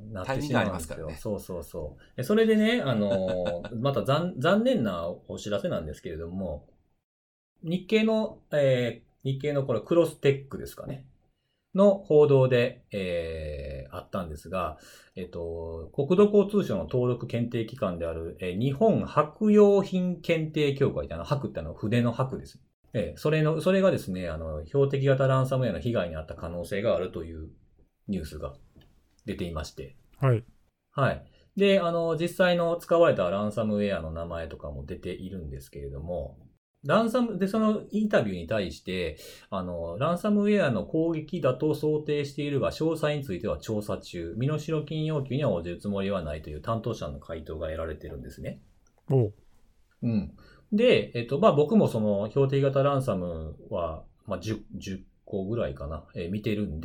なっタイてミングありましまうんですよ。 すからね。 そうそうそう。それでね、あのー、また残残念なお知らせなんですけれども、日経の、えー、日経のこれクロステックですかね。の報道で、えー、あったんですが、えっと、国土交通省の登録検定機関である、えー、日本舶用品検定協会ってあの、舶ってあの、筆の舶です。えー、それの、それがですね、あの、標的型ランサムウェアの被害に遭った可能性があるというニュースが出ていまして。 はい。 はい。で、あの、実際の使われたランサムウェアの名前とかも出ているんですけれども、ランサム、で、そのインタビューに対して、あの、ランサムウェアの攻撃だと想定しているが、詳細については調査中、身代金要求には応じるつもりはないという担当者の回答が得られてるんですね。 おう。 うん。で、えっと、まあ、僕もその、標的型ランサムは、まあ、じゅっ、じゅっこぐらいかな、えー見てるんで、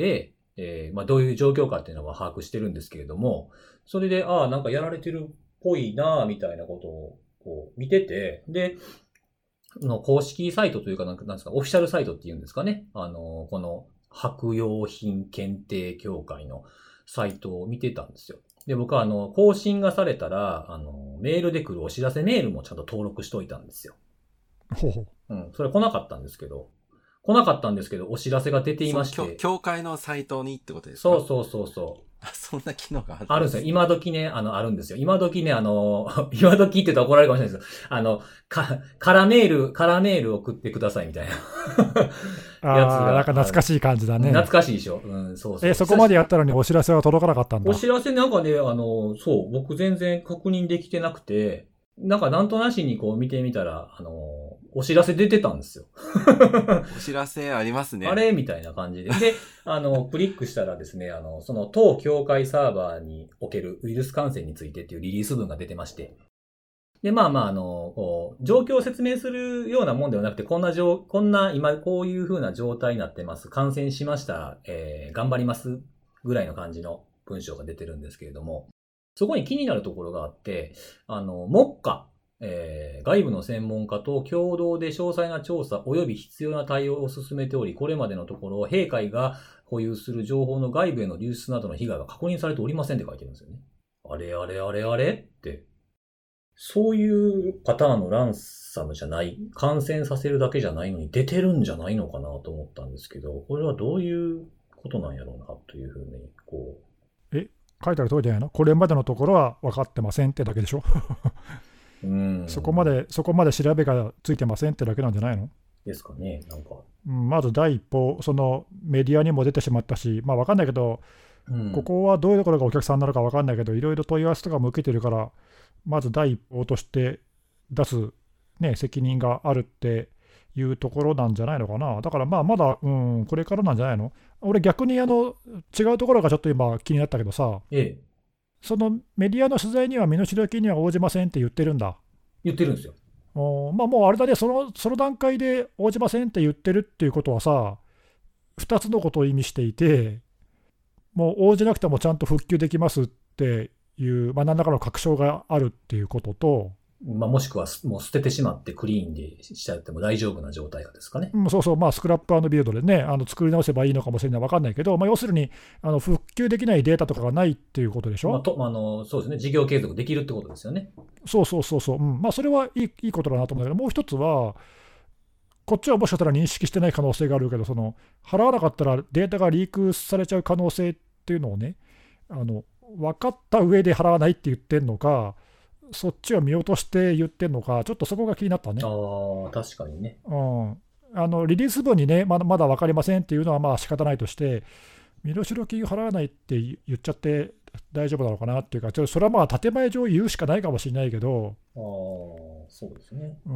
えー、まあどういう状況かっていうのは把握してるんですけれども、それで、ああ、なんかやられてるっぽいなみたいなことをこう見てて、で、の公式サイトというか、なんかなんですか、オフィシャルサイトっていうんですかね。あの、この白用品検定協会のサイトを見てたんですよ。で、僕はあの、更新がされたら、あの、メールで来るお知らせメールもちゃんと登録しといたんですよ。 ほうほう。 うん、それ来なかったんですけど、来なかったんですけど、お知らせが出ていまして。 教会のサイトにってことですか？ そうそうそうそう。 そんな機能があるんです、 あるんですよ。今時ね、あの、あるんですよ。今時ね、あの、今時って言ったら怒られるかもしれないですけど、あの、か、カラメール、カラメール送ってくださいみたいなやつが。 ああ、なんか懐かしい感じだね。 懐かしいでしょ。うん、そうそう。 え、そこまでやったのにお知らせは届かなかったんだ。 お知らせなんかね、あの、そう、僕全然確認できてなくて、なんかなんとなしにこう見てみたら、あの、お知らせ出てたんですよ。 お知らせありますね。 あれみたいな感じで。で、あの、クリックしたらですね、あの、その当協会サーバーにおけるウイルス感染についてっていうリリース文が出てまして。で、まあまあ、あの、こう、状況を説明するようなもんではなくて、こんな状、こんな、今こういう風な状態になってます。感染しました。えー、頑張ります。ぐらいの感じの文章が出てるんですけれども、そこに気になるところがあって、あの、目下、えー、外部の専門家と共同で詳細な調査及び必要な対応を進めており、これまでのところ、弊会が保有する情報の外部への流出などの被害が確認されておりませんって書いてるんですよね。あれあれあれあれって。そういうパターンのランサムじゃない、感染させるだけじゃないのに出てるんじゃないのかなと思ったんですけど、これはどういうことなんやろうなというふうに、こう。え、書いてある通りじゃないの？これまでのところは分かってませんってだけでしょうん。 そこまで、そこまで調べがついてませんってだけなんじゃないのですかね、なんか。 うん、まず第一歩、そのメディアにも出てしまったし、まあ分かんないけど、うん、ここはどういうところがお客さんなのか分かんないけど、いろいろ問い合わせとかも受けてるから、まず第一報として出す、ね、責任があるっていうところなんじゃないのかな。だからまあまだ、うん、これからなんじゃないの。俺逆にあの違うところがちょっと今気になったけどさ、 ええ、 そのメディアの取材には身代金には応じませんって言ってるんだ。 言ってるんですよ。 おまあもうあれだね、その、その段階で応じませんって言ってるっていうことはさ、ふたつのことを意味していて、もう応じなくてもちゃんと復旧できますっていう、まあ、何らかの確証があるっていうことと、 まあ、もしくはもう捨ててしまってクリーンでしちゃっても大丈夫な状態かですかね。 うん、そうそう、まあ、スクラップ&ビルドでね、あの作り直せばいいのかもしれない、分かんないけど、まあ、要するにあの復旧できないデータとかがないっていうことでしょ。 まあ、とあのそうですね、事業継続できるってことですよね。 そうそうそうそう、うんまあ、それはいい、いいことだなと思うんだけど、もう一つは、こっちはもしかしたら認識してない可能性があるけど、その払わなかったらデータがリークされちゃう可能性っていうのをね、あの分かった上で払わないって言ってんのか、そっちを見落として言ってんのか、ちょっとそこが気になったね。 ああ、確かにね。 うん、あのリリース分にね、まだまだ分かりませんっていうのはまあ仕方ないとして、身代金払わないって言っちゃって大丈夫なのかなっていうか、ちょっとそれはまあ建前上言うしかないかもしれないけど、 ああ、そうですね。 うん、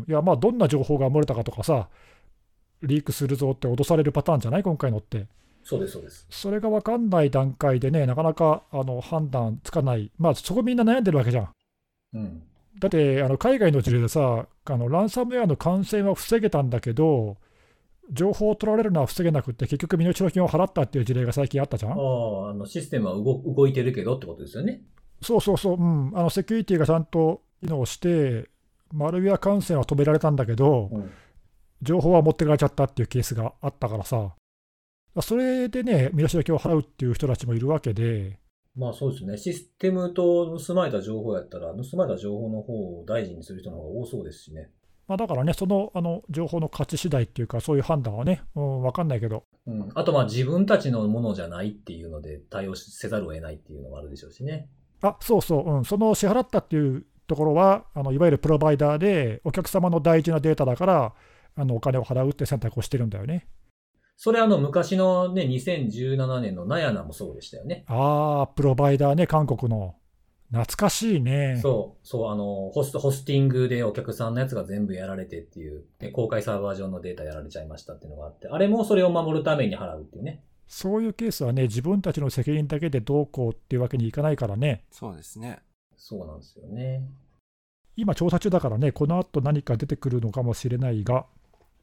いや、まあどんな情報が漏れたかとかさ、リークするぞって脅されるパターンじゃない、今回のって。 そうです、そうです。 それが分かんない段階でね、なかなかあの判断つかない、まあそこみんな悩んでるわけじゃん。 うん、 だってあの海外の事例でさ、あのランサムウェアの感染は防げたんだけど、情報を取られるのは防げなくって、結局身代金を払ったっていう事例が最近あったじゃん。ああ、あのシステムは動動いてるけどってことですよね。 そうそうそう、うん、あのセキュリティがちゃんと機能して、マルウェア感染は止められたんだけど、うん、情報は持ってかれちゃったっていうケースがあったからさ、それでね、身代金を払うっていう人たちもいるわけで。 まあそうですね、システムと盗まれた情報やったら、盗まれた情報の方を大事にする人の方が多そうですしね。 まあ、だからね、その、あの情報の価値次第っていうか、そういう判断はね、うん、分かんないけど、 うん、あとまあ自分たちのものじゃないっていうので対応せざるを得ないっていうのもあるでしょうしね。 あ、そうそう、うん、その支払ったっていうところは、あのいわゆるプロバイダーで、お客様の大事なデータだから、あのお金を払うって選択をしてるんだよね。 それあの昔のね、にせんじゅうななねんのナヤナもそうでしたよね。 ああ、プロバイダーね、韓国の。懐かしいね。 そう、そう、あの、ホスト、ホスティングでお客さんのやつが全部やられてっていう、ね、公開サーバー上のデータやられちゃいましたっていうのがあって、あれもそれを守るために払うっていうね。 そういうケースはね、自分たちの責任だけでどうこうっていうわけにいかないからね。 そうですね。 そうなんですよね。 今調査中だからね、この後何か出てくるのかもしれないが、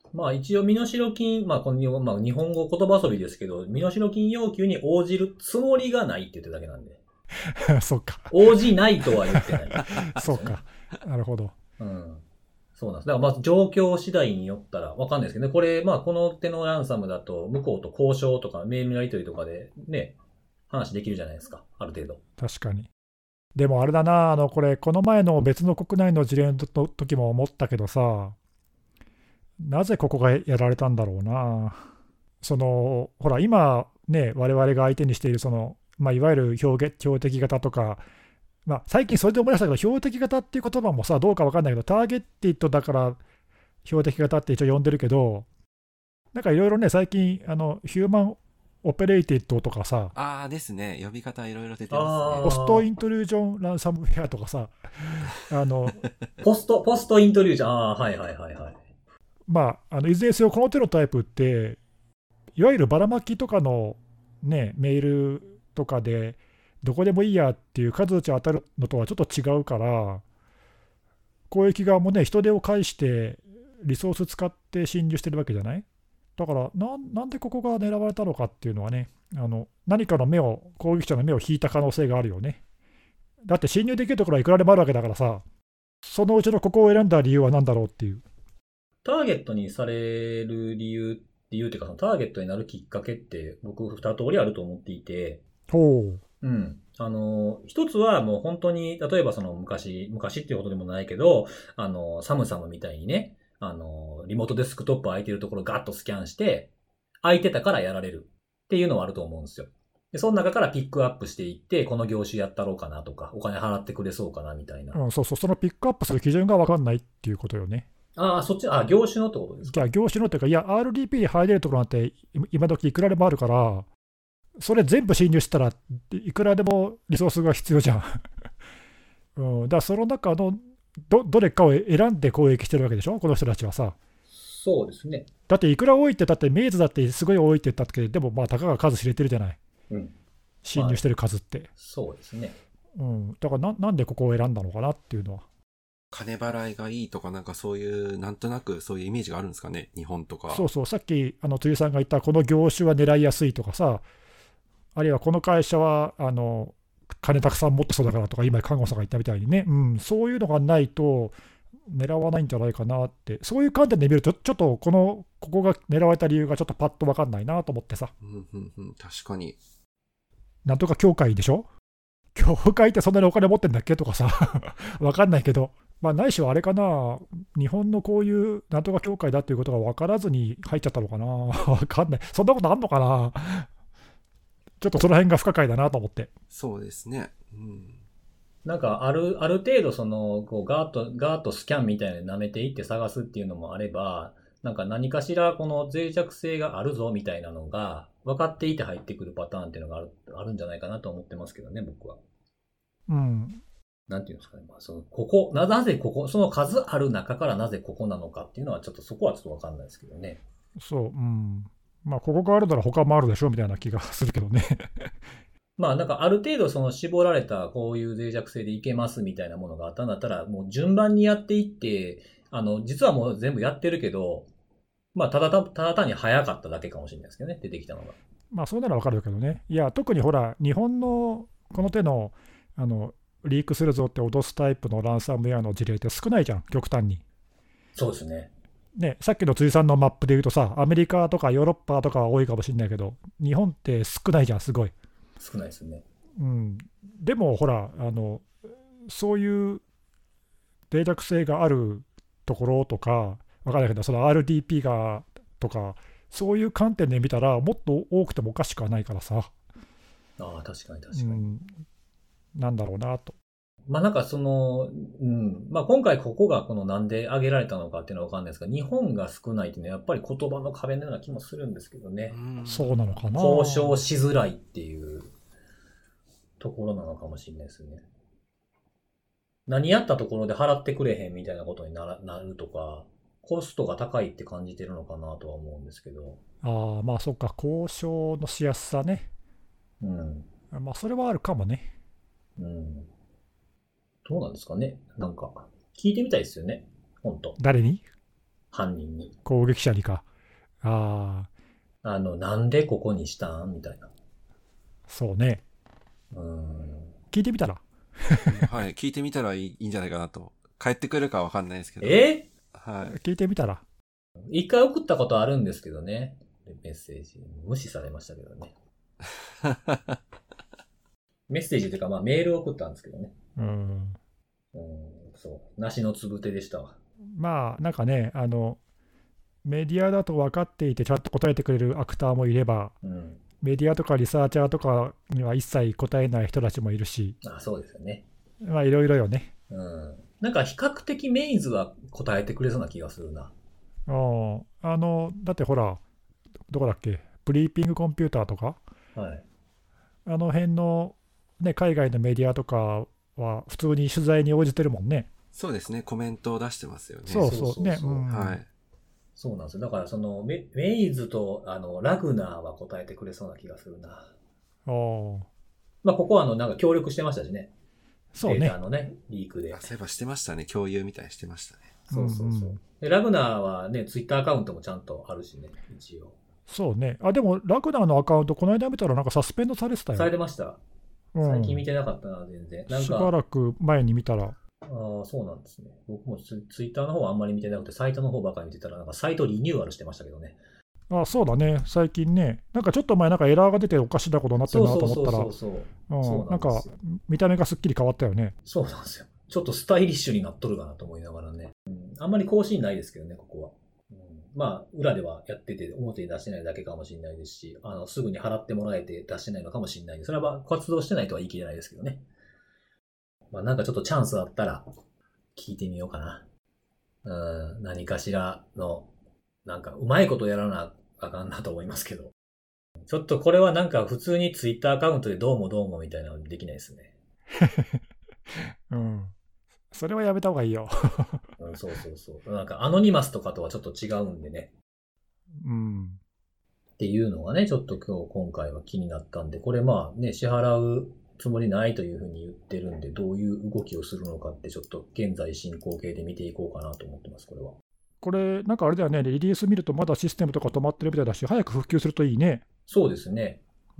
まあ一応身代金、まあこの、まあ日本語言葉遊びですけど、身代金要求に応じるつもりがないって言ってるだけなんで。 そうか。 応じないとは言ってない、ね。 そうか。なるほど。 うん。そうなんです。だからまず状況次第によったらわかんないですけどね。これ、まあこの手のランサムだと、向こうと交渉とかメールのやり取りとかでね、話できるじゃないですか。ある程度。 確かに。でもあれだな、あの、これ、この前の別の国内の事例の時も思ったけどさ、なぜここがやられたんだろうな。その、ほら、今ね、我々が相手にしている、その、まあ、いわゆる標標的型とか、まあ、最近それで思い出したけど、標的型っていう言葉もさ、どうか分かんないけど、ターゲッティッドだから標的型って一応呼んでるけど、なんかいろいろね、最近、あの、ヒューマンオペレイティッドとかさ、 ああですね、呼び方いろいろ出てますね。 ポストイントリュージョンランサムウェアとかさ、あの、 ポスト、ポストイントリュージョン、ああ、はいはいはいはい。 まあ、あのいずれにせよ、この手のタイプって、いわゆるばらまきとかの、ね、メールとかで、どこでもいいやっていう数打ち当たるのとはちょっと違うから、攻撃側もね、人手を介して、リソース使って侵入してるわけじゃない。だからな、なんでここが狙われたのかっていうのはね、あの何かの目を、攻撃者の目を引いた可能性があるよね。だって侵入できるところはいくらでもあるわけだからさ、そのうちのここを選んだ理由は何だろうっていう。 ターゲットにされる理由、理由っていうか、そのターゲットになるきっかけって、僕二通りあると思っていて、 ほうん。あの、一つはもう本当に、例えばその昔、昔っていうことでもないけど、あの、サムサムみたいにね、あの、リモートデスクトップ空いてるところガッとスキャンして、空いてたからやられるっていうのはあると思うんですよ。で、その中からピックアップしていって、この業種やったろうかなとか、お金払ってくれそうかなみたいな。 う、うん、そうそう、そのピックアップする基準が分かんないっていうことよね。 ああ、そっち、あ、業種のってことですか。 じゃあ、業種のというか、いや、アールディーピー に入れるところなんて、今時いくらでもあるから、それ全部侵入したらいくらでもリソースが必要じゃん、うん、だからその中の ど, どれかを選んで攻撃してるわけでしょ、この人たちはさ。 そうですね。 だっていくら多いって、だってメイズだってすごい多いって言ったけど、でもまあたかが数知れてるじゃない、 うん。 侵入してる数って、まあ、 そうですね、 うん、だから な, なんでここを選んだのかなっていうのは。 金払いがいいとか、なんかそういう、なんとなくそういうイメージがあるんですかね、日本とか。 そうそう、さっきあの辻さんが言ったこの業種は狙いやすいとかさ、あるいはこの会社はあの金たくさん持ってそうだからとか、今、看護さんが言ったみたいにね、うん、そういうのがないと狙わないんじゃないかなって、そういう観点で見ると、ちょっとこのここが狙われた理由がちょっとパッと分かんないなと思ってさ。 うんうんうん、確かに。 なんとか協会でしょ、協会ってそんなにお金持ってんだっけとかさ、分かんないけど、まあ、ないしはあれかな、日本のこういうなんとか協会だっていうことが分からずに入っちゃったのかな、分かんない、そんなことあんのかな。ちょっとその辺が不可解だなと思って。 そうですね。うん、 なんか、ある、ある程度その、こう、ガーッと、ガーッとスキャンみたいなの舐めていって探すっていうのもあれば、なんか何かしらこの脆弱性があるぞみたいなのが分かっていて入ってくるパターンっていうのがある、あるんじゃないかなと思ってますけどね、僕は。 うん。 なんていうんですかね。まあ、その、ここ、な、なぜここ、その数ある中からなぜここなのかっていうのはちょっとそこはちょっとわかんないですけどね。 そう、うん。まあ、ここがあるなら他もあるでしょみたいな気がするけどね。 まあなんかある程度その絞られたこういう脆弱性でいけますみたいなものがあったんだったら、もう順番にやっていって、あの、実はもう全部やってるけど、まあただたただ単に早かっただけかもしれないですけどね、出てきたのが。 まあ、そうならわかるけどね。いや、特にほら、日本のこの手の、あの、リークするぞって脅すタイプのランサムウェアの事例って少ないじゃん、極端に。 そうですね。 ね、さっきの辻さんのマップで言うとさ、アメリカとかヨーロッパとかは多いかもしれないけど、日本って少ないじゃん、すごい。 少ないですね。 うん、でもほらあの、そういう脆弱性があるところとか、わからないけど、その アールディーピー がとか、そういう観点で見たら、もっと多くてもおかしくはないからさ、 ああ、確かに確かに。 うん、なんだろうなと。 まあなんかその、うん。まあ今回ここがこのなんで挙げられたのかっていうのはわかんないですが、日本が少ないっていうのはやっぱり言葉の壁のような気もするんですけどね。 そうなのかな。 交渉しづらいっていうところなのかもしれないですね。何やったところで払ってくれへんみたいなことにならなるとか、コストが高いって感じてるのかなとは思うんですけど。 ああ、まあそっか、交渉のしやすさね。 うん。 まあそれはあるかもね。 うん。どうなんですかね。なんか、聞いてみたいですよね。本当。 誰に？ 犯人に。 攻撃者にか。ああ。あの、なんでここにしたんみたいな。 そうね。 うん。 聞いてみたら。 はい、聞いてみたらいい、いいんじゃないかなと。帰ってくるかわかんないですけど。 えはい。 聞いてみたら。 一回送ったことあるんですけどね。メッセージ。無視されましたけどね。メッセージというか、まあメールを送ったんですけどね。 うん。 うん、そう。梨のつぶてでしたわ。 まあ、なんかね、あの、メディアだと分かっていて、ちゃんと答えてくれるアクターもいれば、 うん、 メディアとかリサーチャーとかには一切答えない人たちもいるし、 あ、そうですよね。 まあ、いろいろよね。 うん。なんか比較的メイズは答えてくれそうな気がするな。 ああの、だってほら、どこだっけ、ブリーピングコンピューターとか、 はい。 あの辺の、ね、海外のメディアとかは普通に取材に応じてるもんね。 そうですね、コメントを出してますよね。 そうそう、 そうそうね、 そううん、 はい。 そうなんですよ。だからそのメ、メイズとあのラグナーは答えてくれそうな気がするな。 あーまあ、ここはあの、なんか協力してましたしね。 そうね。 データのね、リークで。 あ、そういえばしてましたね。共有みたいにしてましたね。 そうそうそう。 うんうん、 でラグナーはね、ツイッターアカウントもちゃんとあるしね、一応。 そうね。あ、でも、ラグナーのアカウント、この間見たらなんかサスペンドされてたされよ。 てました。 うん、 最近見てなかったな、全然。なんしばか、 らく前に見たら、 ああ、そうなんですね。僕もツツイッターの方はあんまり見てなくて、サイトの方ばかり見てたら、なんかサイトリニューアルしてましたけどね。 あ、そうだね、最近ね、なんかちょっと前、なんかエラーが出ておかしなことになってるなと思ったら、 そうそうそうそう。そううん、なんかなんですよ。 見た目がすっきり変わったよね。 そうなんですよ。ちょっとスタイリッシュになっとるかなと思いながらね。うん、あんまり更新ないですけどね、ここは。うん、まあ、裏ではやってて、表に出してないだけかもしれないですし、あの、すぐに払ってもらえて出してないのかもしれないんで、それは活動してないとは言い切れないですけどね。まあ、なんかちょっとチャンスあったら、聞いてみようかな。うん、何かしらの、なんか、うまいことやらなあかんなと思いますけど。ちょっとこれはなんか普通にツイッターアカウントでどうもどうもみたいなのできないですね。 うん、それはやめた方がいいよ。 うん、そうそうそう。なんかアノニマスとかとはちょっと違うんでね。 うん、 っていうのがね、ちょっと今日今回は気になったんで、これまあね、支払うつもりないというふうに言ってるんで、どういう動きをするのかってちょっと現在進行形で見ていこうかなと思ってます、これは。 これ、なんかあれだよね、リリース見るとまだシステムとか止まってるみたいだし、早く復旧するといいね。 そうですね。 うん、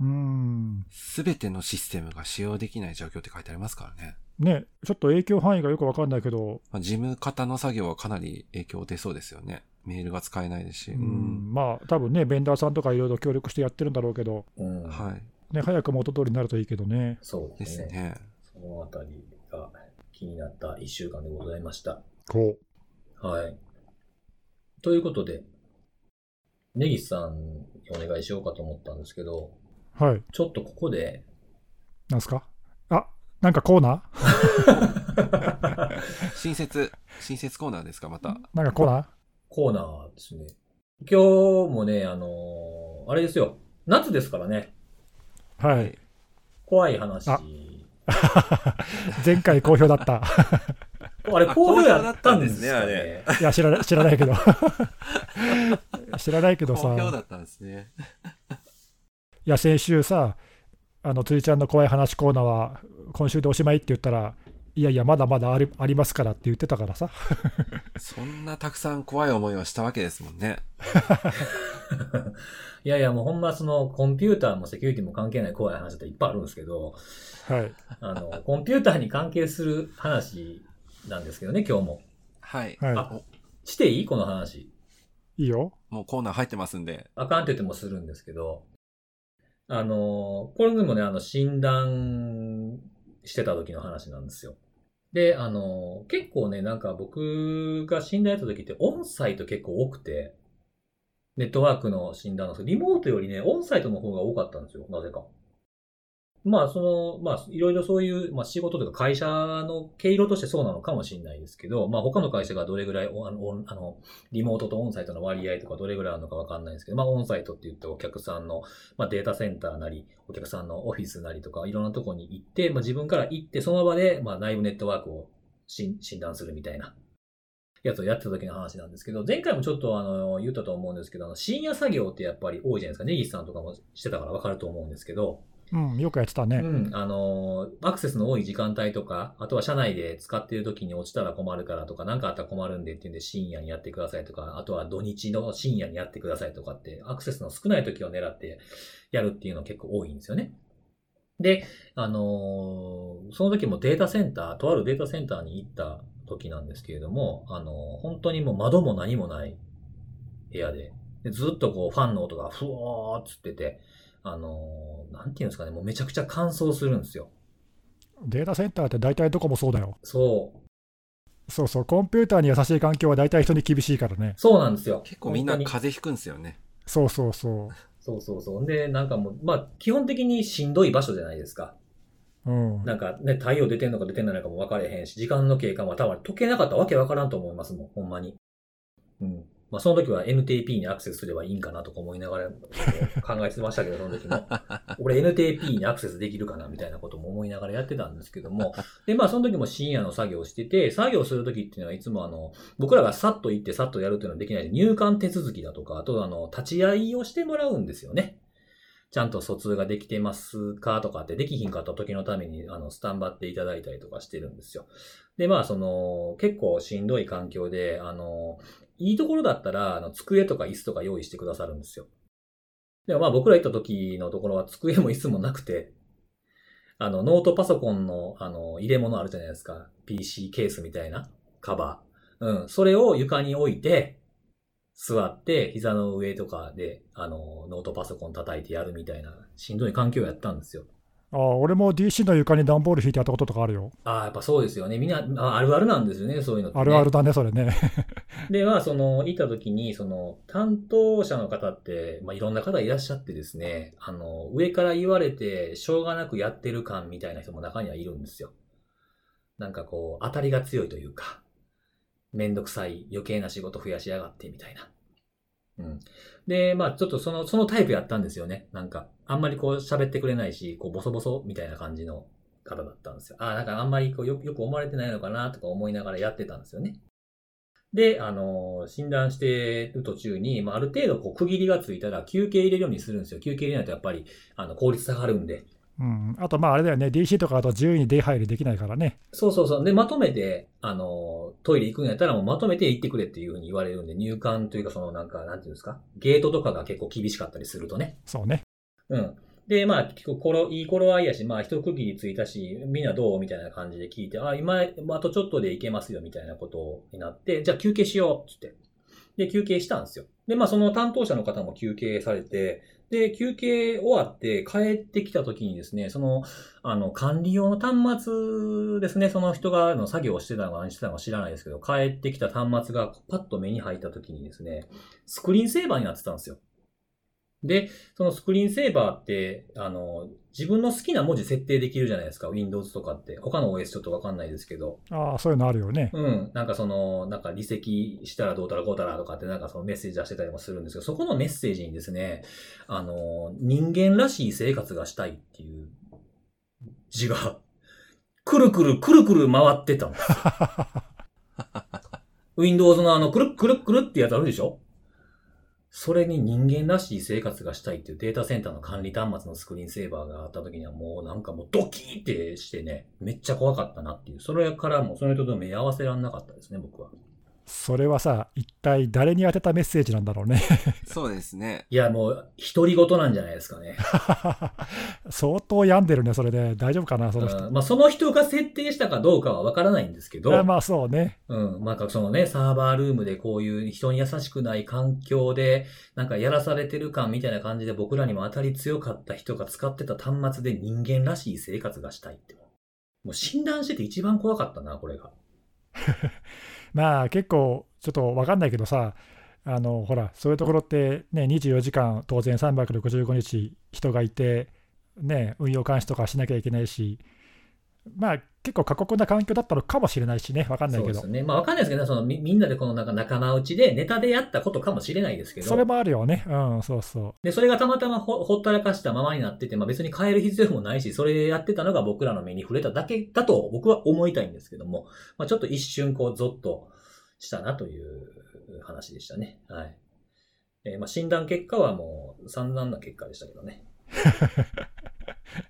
すべてのシステムが使用できない状況って書いてありますからね。 ね、ちょっと影響範囲がよくわかんないけど、 まあ、事務方の作業はかなり影響出そうですよね。メールが使えないですし。 ううんん、 まあ、多分ね、ベンダーさんとかいろいろ協力してやってるんだろうけど、 うん。 はい。 ね、早く元通りになるといいけどね。 そうでですね。 すね。 そのあたりが気になった一週間でございました。 こはい。ということで、根岸さんにお願いしようかと思ったんですけど、 う。はい。 ちょっとここで、 なんすか？あ、なんかコーナー新設、新設コーナーですか、また。 なんかコーナーコーナーですね。今日もね、あのーあれですよ。夏ですからね。 はい。 はい。 怖い話。 あ前回好評だった。 あれ、好評やったんですかあ好評だったんね。 いや、知らない、知らないけど。知らないけどさ。 好評だったんですね。 いや、先週さ、あの、ついちゃんの怖い話コーナーは今週でおしまいって言ったら、いやいや、まだまだあり、ありますからって言ってたからさ。 そんなたくさん怖い思いをしたわけですもんね。 いやいや、もうほんまそのコンピューターもセキュリティも関係ない怖い話っていっぱいあるんですけど、 はい。 あの、コンピューターに関係する話なんですけどね、今日も。 はい。 はいあ、していいこの話。 いいよ。 もうコーナー入ってますんで。 あかんって言ってもするんですけど、あの、これでもね、あの、診断してた時の話なんですよ。で、あの、結構ね、なんか僕が診断やった時ってオンサイト結構多くて、ネットワークの診断の、リモートよりね、オンサイトの方が多かったんですよ、なぜか。まあ、その、まあ、いろいろそういう、まあ、仕事というか会社の経路としてそうなのかもしれないですけど、まあ、他の会社がどれぐらい、あの、あのリモートとオンサイトの割合とかどれぐらいあるのかわかんないんですけど、まあ、オンサイトって言ってお客さんの、まあ、データセンターなり、お客さんのオフィスなりとか、いろんなところに行って、まあ、自分から行って、その場で、まあ、内部ネットワークを診断するみたいなやつをやってた時の話なんですけど、前回もちょっとあの、言ったと思うんですけど、あの深夜作業ってやっぱり多いじゃないですか。根岸さんとかもしてたからわかると思うんですけど、 うん、よくやってたね。 うん、あの、アクセスの多い時間帯とか、あとは社内で使っている時に落ちたら困るからとか、なんかあったら困るんでっていうんで深夜にやってくださいとか、あとは土日の深夜にやってくださいとかって、アクセスの少ない時を狙ってやるっていうの結構多いんですよね。で、あのーその時もデータセンター、とあるデータセンターに行った時なんですけれども、あのー本当にもう窓も何もない部屋で、でずっとこうファンの音がふわーっつってて、あのーなんていうんですかね、もうめちゃくちゃ乾燥するんですよ。 データセンターって大体どこもそうだよ。 そう。 そうそう、コンピューターに優しい環境は大体人に厳しいからね。 そうなんですよ。 結構みんな本当に風邪ひくんですよね。 そうそうそう。 そうそうそう。で、なんかもう、まあ、基本的にしんどい場所じゃないですか。 うん、 なんかね、太陽出てんのか出てないのかも分かれへんし、時間の経過も多分解けなかったらわけわからんと思いますもん、ほんまに。うん。まあ、その時は エヌティーピー にアクセスすればいいんかなとか思いながら考えてましたけど、その時も。俺 エヌティーピー にアクセスできるかなみたいなことも思いながらやってたんですけども。で、まあ、その時も深夜の作業をしてて、作業する時っていうのはいつもあの、僕らがさっと行ってさっとやるっていうのはできないし、入管手続きだとか、あとあの、立ち会いをしてもらうんですよね。ちゃんと疎通ができてますかとかってできひんかった時のために、あの、スタンバっていただいたりとかしてるんですよ。で、まあ、その、結構しんどい環境で、あの、いいところだったら、あの、机とか椅子とか用意してくださるんですよ。でもまあ、僕ら行った時のところは机も椅子もなくて、あの、ノートパソコンの、あの、入れ物あるじゃないですか。ピーシー ケースみたいなカバー。うん。それを床に置いて、座って、膝の上とかで、あの、ノートパソコン叩いてやるみたいな、しんどい環境をやったんですよ。 ああ、俺も ディーシー の床に段ボール引いてやったこととかあるよ。 ああ、やっぱそうですよね。みんな、ああるあるなんですよね、そういうのってね。 あるあるだね、それね。 で、まあ、その、いた時に、その、担当者の方って、まあ、いろんな方いらっしゃってですね、あの、上から言われて、しょうがなくやってる感みたいな人も中にはいるんですよ。なんかこう、当たりが強いというか、めんどくさい、余計な仕事増やしやがって、みたいな。うん。で、まあ、ちょっとその、そのタイプやったんですよね。なんか、あんまりこう喋ってくれないし、こう、ボソボソみたいな感じの方だったんですよ。ああ、なんかあんまりこうよ、よく思われてないのかなとか思いながらやってたんですよね。で、あの、診断してる途中に、まあ、ある程度こう区切りがついたら休憩入れるようにするんですよ。休憩入れないとやっぱり、あの、効率下がるんで。 うん、あとまああれだよね、ディーシー とかだと自由に出入りできないからね。 そうそうそう。で、まとめて、あの、トイレ行くんやったらもうまとめて行ってくれっていうふうに言われるんで、入管というかそのなんか、なんていうんですか、ゲートとかが結構厳しかったりするとね。 そうね。 うん。で、まあ、結構この、いい頃合いやし、まあ、一区切りついたし、みんなどうみたいな感じで聞いて、あ、今、あとちょっとで行けますよ、みたいなことになって、じゃあ休憩しよう、つって。で、休憩したんですよ。で、まあ、その担当者の方も休憩されて、で、休憩終わって帰ってきた時にですね、その、あの、管理用の端末ですね、その人があの作業をしてたのか何してたのか知らないですけど、帰ってきた端末がパッと目に入った時にですね、スクリーンセーバーになってたんですよ。で、そのスクリーンセーバーって、あの、自分の好きな文字設定できるじゃないですか、Windows とかって。他の オーエス ちょっとわかんないですけど。 ああ、そういうのあるよね。 うん。なんかその、なんか離席したらどうたらこうたらとかってなんかそのメッセージ出してたりもするんですけど、そこのメッセージにですね、あの、人間らしい生活がしたいっていう字が、くるくるくるくる回ってたんですよ。Windows のあの、くるくるくるってやつあるでしょ？それに人間らしい生活がしたいっていうデータセンターの管理端末のスクリーンセーバーがあった時にはもうなんかもうドキーってしてね、めっちゃ怖かったなっていう。それからもその人と目合わせらんなかったですね、僕は。 それはさ、一体誰に宛てたメッセージなんだろうね。 そうですね。 いや、もう、独り言なんじゃないですかね。 相当病んでるね、それで。大丈夫かな、その人。 うん、まあ、その人が設定したかどうかはわからないんですけど。 まあ、そうね。 うん。まあ、そのね、サーバールームでこういう人に優しくない環境で、なんかやらされてる感みたいな感じで僕らにも当たり強かった人が使ってた端末で人間らしい生活がしたいって。もう診断してて一番怖かったな、これが。 まあ結構ちょっと分かんないけどさ、あのほらそういうところってねにじゅうよじかん当然さんびゃくろくじゅうごにち人がいてね運用監視とかしなきゃいけないし、まあ結構過酷な環境だったのかもしれないしね、分かんないけど。 そうですね。まあ分かんないですけど、ね、そのみみんなでこのなんか仲間内でネタでやったことかもしれないですけど。 それもあるよね。うん、そうそう。 で、それがたまたま ほ, ほったらかしたままになってて、まあ別に変える必要もないし、それやってたのが僕らの目に触れただけだと僕は思いたいんですけども、まあちょっと一瞬こうゾッとしたなという話でしたね。はい。えー、まあ診断結果はもう散々な結果でしたけどね。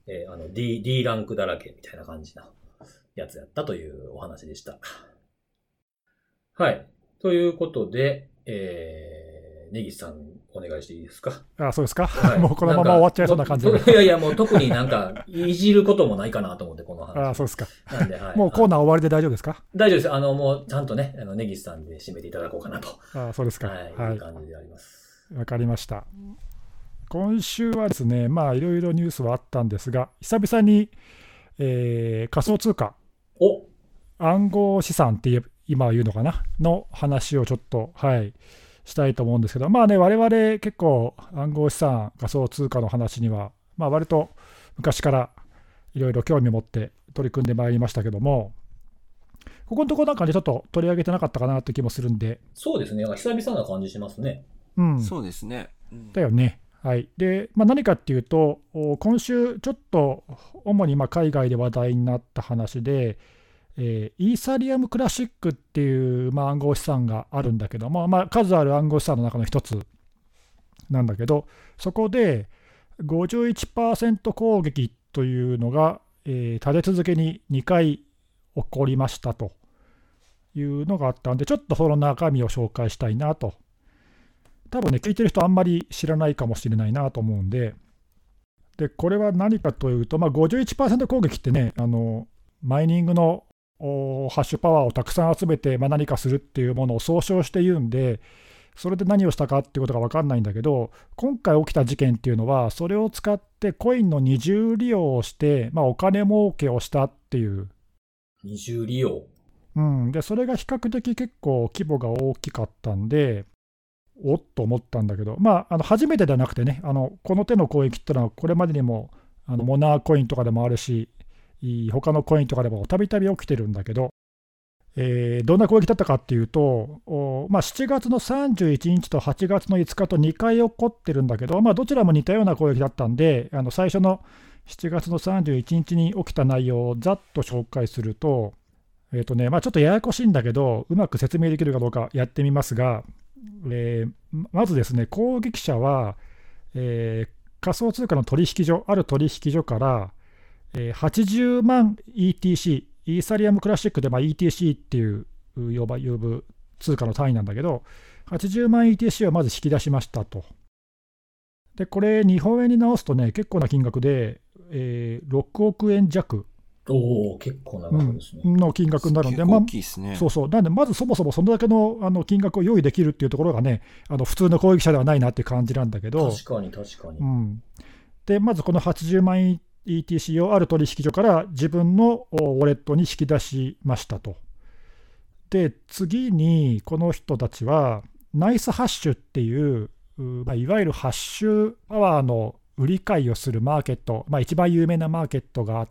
えー、あの D、D ランクだらけみたいな感じのやつやったというお話でした。はい。ということで、えー、根岸さんお願いしていいですか。 あ、そうですか。はい、もうこのまま終わっちゃいそうな感じで。 いやいや、もう特になんか、いじることもないかなと思って、この話。 あ、そうですか。 なんで、はい。 もうコーナー終わりで大丈夫ですか。 大丈夫です。あの、もうちゃんとね、あの、根岸さんで締めていただこうかなと。 あ、そうですか。 はい。はい、いう感じであります。 わかりました。今週はですね、まあ、いろいろニュースはあったんですが、久々に、えー、仮想通貨。 お暗号資産って今言うのかなの話をちょっと、はい、したいと思うんですけど、まあね、我々結構暗号資産、仮想通貨の話には、まあ割と昔からいろいろ興味を持って取り組んでまいりましたけども、ここのところなんかね、ちょっと取り上げてなかったかなという気もするんで。 そうですね、久々な感じしますね。 うん。 そうですね。 うん、だよね。はい。で、まあ、何かっていうと、今週ちょっと主にまあ海外で話題になった話で、えー、イーサリアムクラシックっていう、まあ、暗号資産があるんだけども、まあ、数ある暗号資産の中の一つなんだけど、そこで ごじゅういちパーセント 攻撃というのが、えー、立て続けににかい起こりましたというのがあったんで、ちょっとその中身を紹介したいなと。多分ね、聞いてる人あんまり知らないかもしれないなと思うんで、でこれは何かというと、まあ、ごじゅういちパーセント 攻撃ってね、あのマイニングのハッシュパワーをたくさん集めて、まあ、何かするっていうものを総称して言うんで、それで何をしたかっていうことが分かんないんだけど、今回起きた事件っていうのは、それを使ってコインの二重利用をして、まあ、お金儲けをしたっていう。 二重利用、 うん、でそれが比較的結構規模が大きかったんで、おっと思ったんだけど、まあ、あの初めてではなくてね、あのこの手の攻撃ってのは、これまでにもあのモナーコインとかでもあるし、他のコインとかでもたびたび起きてるんだけど、えー、どんな攻撃だったかっていうと、まあ、しちがつのさんじゅういちにちとはちがつのいつかとにかい起こってるんだけど、まあ、どちらも似たような攻撃だったんで、あの最初のしちがつのさんじゅういちにちに起きた内容をざっと紹介すると、えーとねまあ、ちょっとややこしいんだけど、うまく説明できるかどうかやってみますが、えー、まずですね、攻撃者は、えー、仮想通貨の取引所、ある取引所から、はちじゅうまん イーティーシー、イーサリアムクラシックでまあ イーティーシー っていう呼ば呼ぶ通貨の単位なんだけど、はちじゅうまん イーティーシー をまず引き出しましたと。で、これ、日本円に直すとね、結構な金額で、えー、ろくおくえん弱。 おお、結構な額ですね、 うん。の金額になるんで、 大きいですね。 まあ、そうそう。なんで、まずそもそもそれだけのあの金額を用意できるっていうところがね、あの普通の攻撃者ではないなっていう感じなんだけど。 確かに確かに。 うん、で、まずこのはちじゅうまん イーティーシー をある取引所から自分のウォレットに引き出しましたと。で、次にこの人たちは、ナイスハッシュっていう、まあ、いわゆるハッシュパワーの売り買いをするマーケット、まあ、一番有名なマーケットがあって、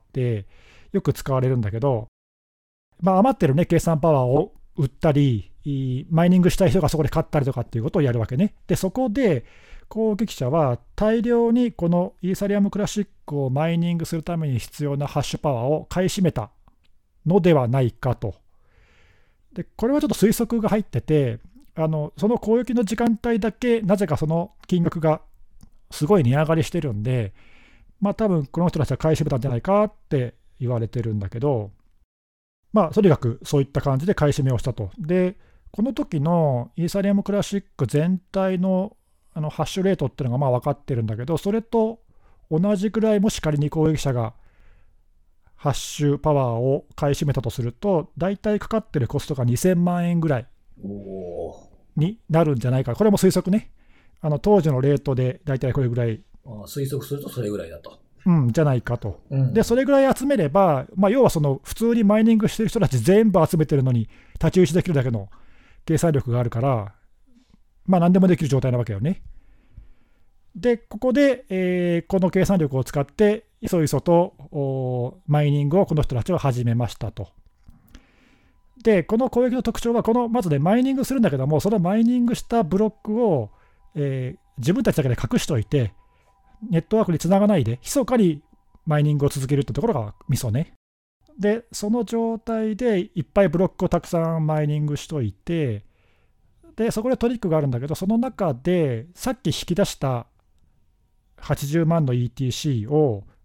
よく使われるんだけど、まあ、余ってるね、計算パワーを売ったり、マイニングしたい人がそこで買ったりとかっていうことをやるわけね。で、そこで、攻撃者は大量にこのイーサリアムクラシックをマイニングするために必要なハッシュパワーを買い占めたのではないかと。で、これはちょっと推測が入ってて、あのその攻撃の時間帯だけなぜかその金額がすごい値上がりしてるんで、まあ多分この人たちは買い占めたんじゃないかって言われてるんだけど、まあとにかくそういった感じで買い占めをしたと。で、この時のイーサリアムクラシック全体のあのハッシュレートっていうのがまあ分かってるんだけど、それと同じくらいもし仮に攻撃者がハッシュパワーを買い占めたとすると、大体かかってるコストがにせんまんえんぐらいになるんじゃないか。これも推測ね。あの当時のレートで大体これぐらい。 ああ、推測するとそれぐらいだと。 うん、じゃないかと。 うん、 で、それぐらい集めれば、まあ、要はその普通にマイニングしてる人たち全部集めてるのに太刀打ちできるだけの計算力があるから、まあ何でもできる状態なわけよね。で、ここで、えー、この計算力を使って、いそいそとマイニングをこの人たちは始めましたと。で、この攻撃の特徴は、このまずね、マイニングするんだけども、そのマイニングしたブロックを、えー、自分たちだけで隠しておいて、ネットワークにつながないで、密かにマイニングを続けるってところがミソね。で、その状態でいっぱいブロックをたくさんマイニングしといて、で、そこでトリックがあるんだけど、その中でさっき引き出したはちじゅうまんの イーティーシー を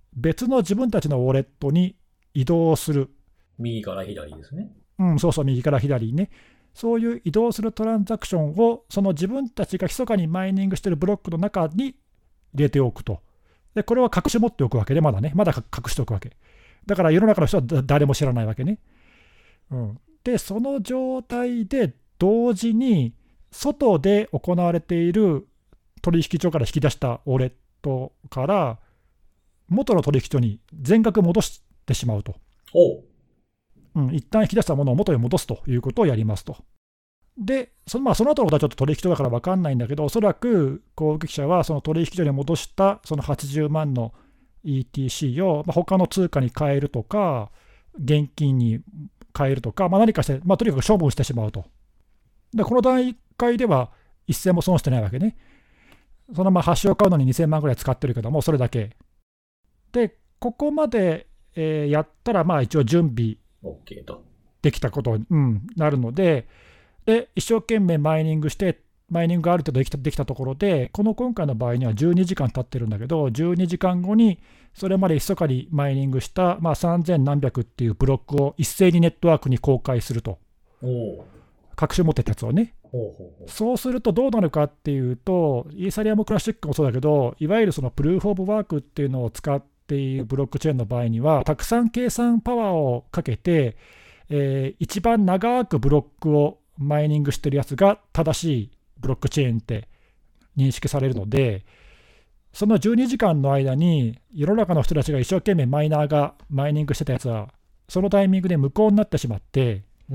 別の自分たちのウォレットに移動する。 右から左ですね。 うん、そうそう、右から左にね。そういう移動するトランザクションを、その自分たちが密かにマイニングしているブロックの中に入れておくと。で、これは隠し持っておくわけで、まだね、まだ隠しておくわけ。だから世の中の人は誰も知らないわけね。うん、で、その状態で同時に、外で行われている取引所から引き出したウォレットから、元の取引所に全額戻してしまうと。 おう、 うん、一旦引き出したものを元に戻すということをやりますと。で、そのまあ、その後のことはちょっと取引所だから分かんないんだけど、おそらく攻撃者はその取引所に戻したそのはちじゅうまんの イーティーシー を、まあ、他の通貨に変えるとか、現金に変えるとか、まあ、何かして、まあ、とにかく処分してしまうと。で、この段階では一銭も損してないわけね。そのままハッシュを買うのににせんまんぐらい使ってるけども、それだけ。で、ここまで、えーやったら、まあ一応準備 OK と。 できたことに、うん、なるので、で、一生懸命マイニングして、マイニングがある程度できた、できたところで、この今回の場合にはじゅうにじかん経ってるんだけど、じゅうにじかんごに、それまで密かにマイニングした、まあ、さんぜんなんびゃくっていうブロックを一斉にネットワークに公開すると。 おう、 隠し持ってたやつをね。 ほうほうほう。 そうするとどうなるかっていうと、イーサリアムクラシックもそうだけど、いわゆるそのプルーフ・オブ・ワークっていうのを使っているブロックチェーンの場合には、たくさん計算パワーをかけて、えー一番長くブロックをマイニングしてるやつが正しいブロックチェーンって認識されるので、そのじゅうにじかんの間に世の中の人たちが一生懸命マイナーがマイニングしてたやつは、そのタイミングで無効になってしまって、 うん。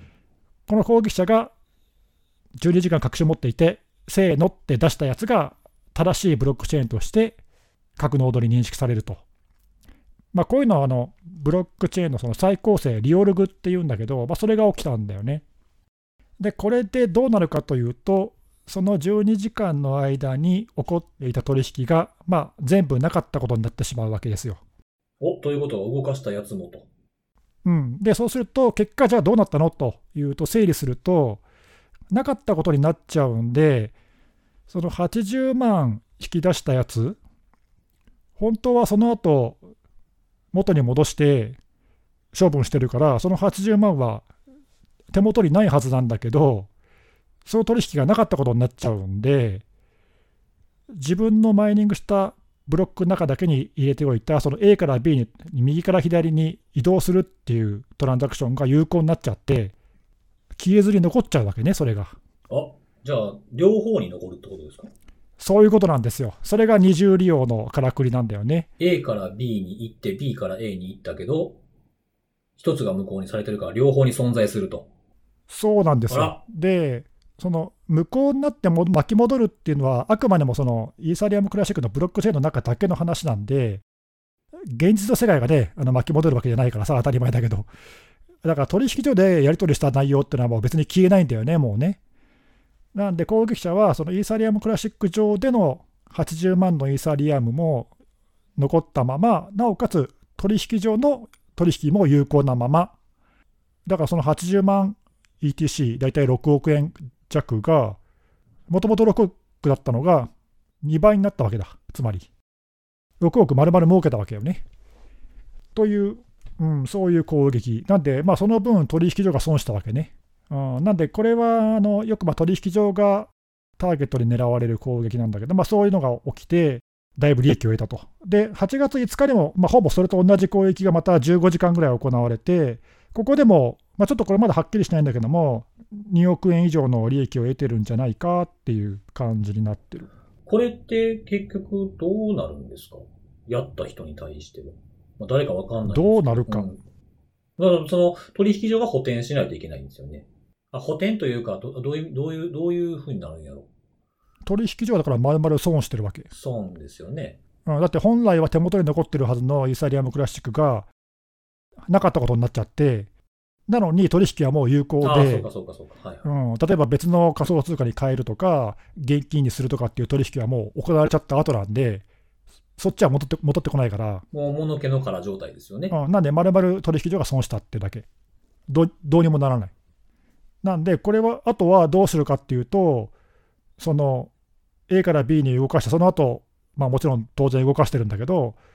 この攻撃者がじゅうにじかん隠し持っていて、せーのって出したやつが正しいブロックチェーンとして各ノードに認識されると。まあ、こういうのはあのブロックチェーンのその再構成、リオルグっていうんだけど、まあ、それが起きたんだよね。で、これでどうなるかというと、そのじゅうにじかんの間に起こっていた取引が、まあ、全部なかったことになってしまうわけですよ。 お、ということは動かしたやつもと。 うん、で、そうすると、結果、じゃあどうなったのというと、整理すると、なかったことになっちゃうんで、そのはちじゅうまん引き出したやつ、本当はその後元に戻して処分してるから、そのはちじゅうまんは手元にないはずなんだけど、その取引がなかったことになっちゃうんで、自分のマイニングしたブロックの中だけに入れておいた、その A から B に右から左に移動するっていうトランザクションが有効になっちゃって、消えずに残っちゃうわけね、それが。 あ、じゃあ、両方に残るってことですか？ そういうことなんですよ。それが二重利用のからくりなんだよね。 A から B に行って、B から A に行ったけど、一つが無効にされてるから両方に存在すると。 そうなんですよあら。 で、その無効になっても巻き戻るっていうのは、あくまでもそのイーサリアムクラシックのブロックチェーンの中だけの話なんで、現実の世界がね、あの巻き戻るわけじゃないからさ、当たり前だけど。だから取引所でやり取りした内容っていうのはもう別に消えないんだよね、もうね。なんで攻撃者はそのイーサリアムクラシック上でのはちじゅうまんのイーサリアムも残ったまま、なおかつ取引所の取引も有効なまま、だからそのはちじゅうまん イーティーシー、だいたいろくおくえん弱が、もともとろくおくだったのがにばいになったわけだ、つまり。ろくおく丸々儲けたわけよね。という、うん、そういう攻撃。なんで、まあ、その分取引所が損したわけね。うん、なんで、これはあのよくまあ取引所がターゲットに狙われる攻撃なんだけど、まあ、そういうのが起きて、だいぶ利益を得たと。で、はちがついつかにも、まあ、ほぼそれと同じ攻撃がまたじゅうごじかんぐらい行われて、ここでも、まあ、ちょっとこれまだはっきりしないんだけども、におくえん以上の利益を得てるんじゃないかっていう感じになってる。 これって結局どうなるんですか？やった人に対しては。まあ、誰かわかんない。 どうなるか。 うん、だからその取引所が補填しないといけないんですよね。あ、補填というかど、どういう、どういう、どういうふうになるんやろ。 取引所はだから丸々損してるわけ。 損ですよね。 うん、だって本来は手元に残ってるはずのイーサリアムクラシックがなかったことになっちゃって、なのに取引はもう有効で、 あ、そうかそうかそうか、はいはい、 うん、例えば別の仮想通貨に変えるとか、現金にするとかっていう取引はもう行われちゃった後なんで、そっちは戻って戻ってこないから、 もう物気の空状態ですよね。 うん、なんで、まるまる取引所が損したってだけど、どうにもならない。なんで、これは、あとはどうするかっていうと、その A から B に動かした、その後、まあもちろん当然動かしてるんだけど、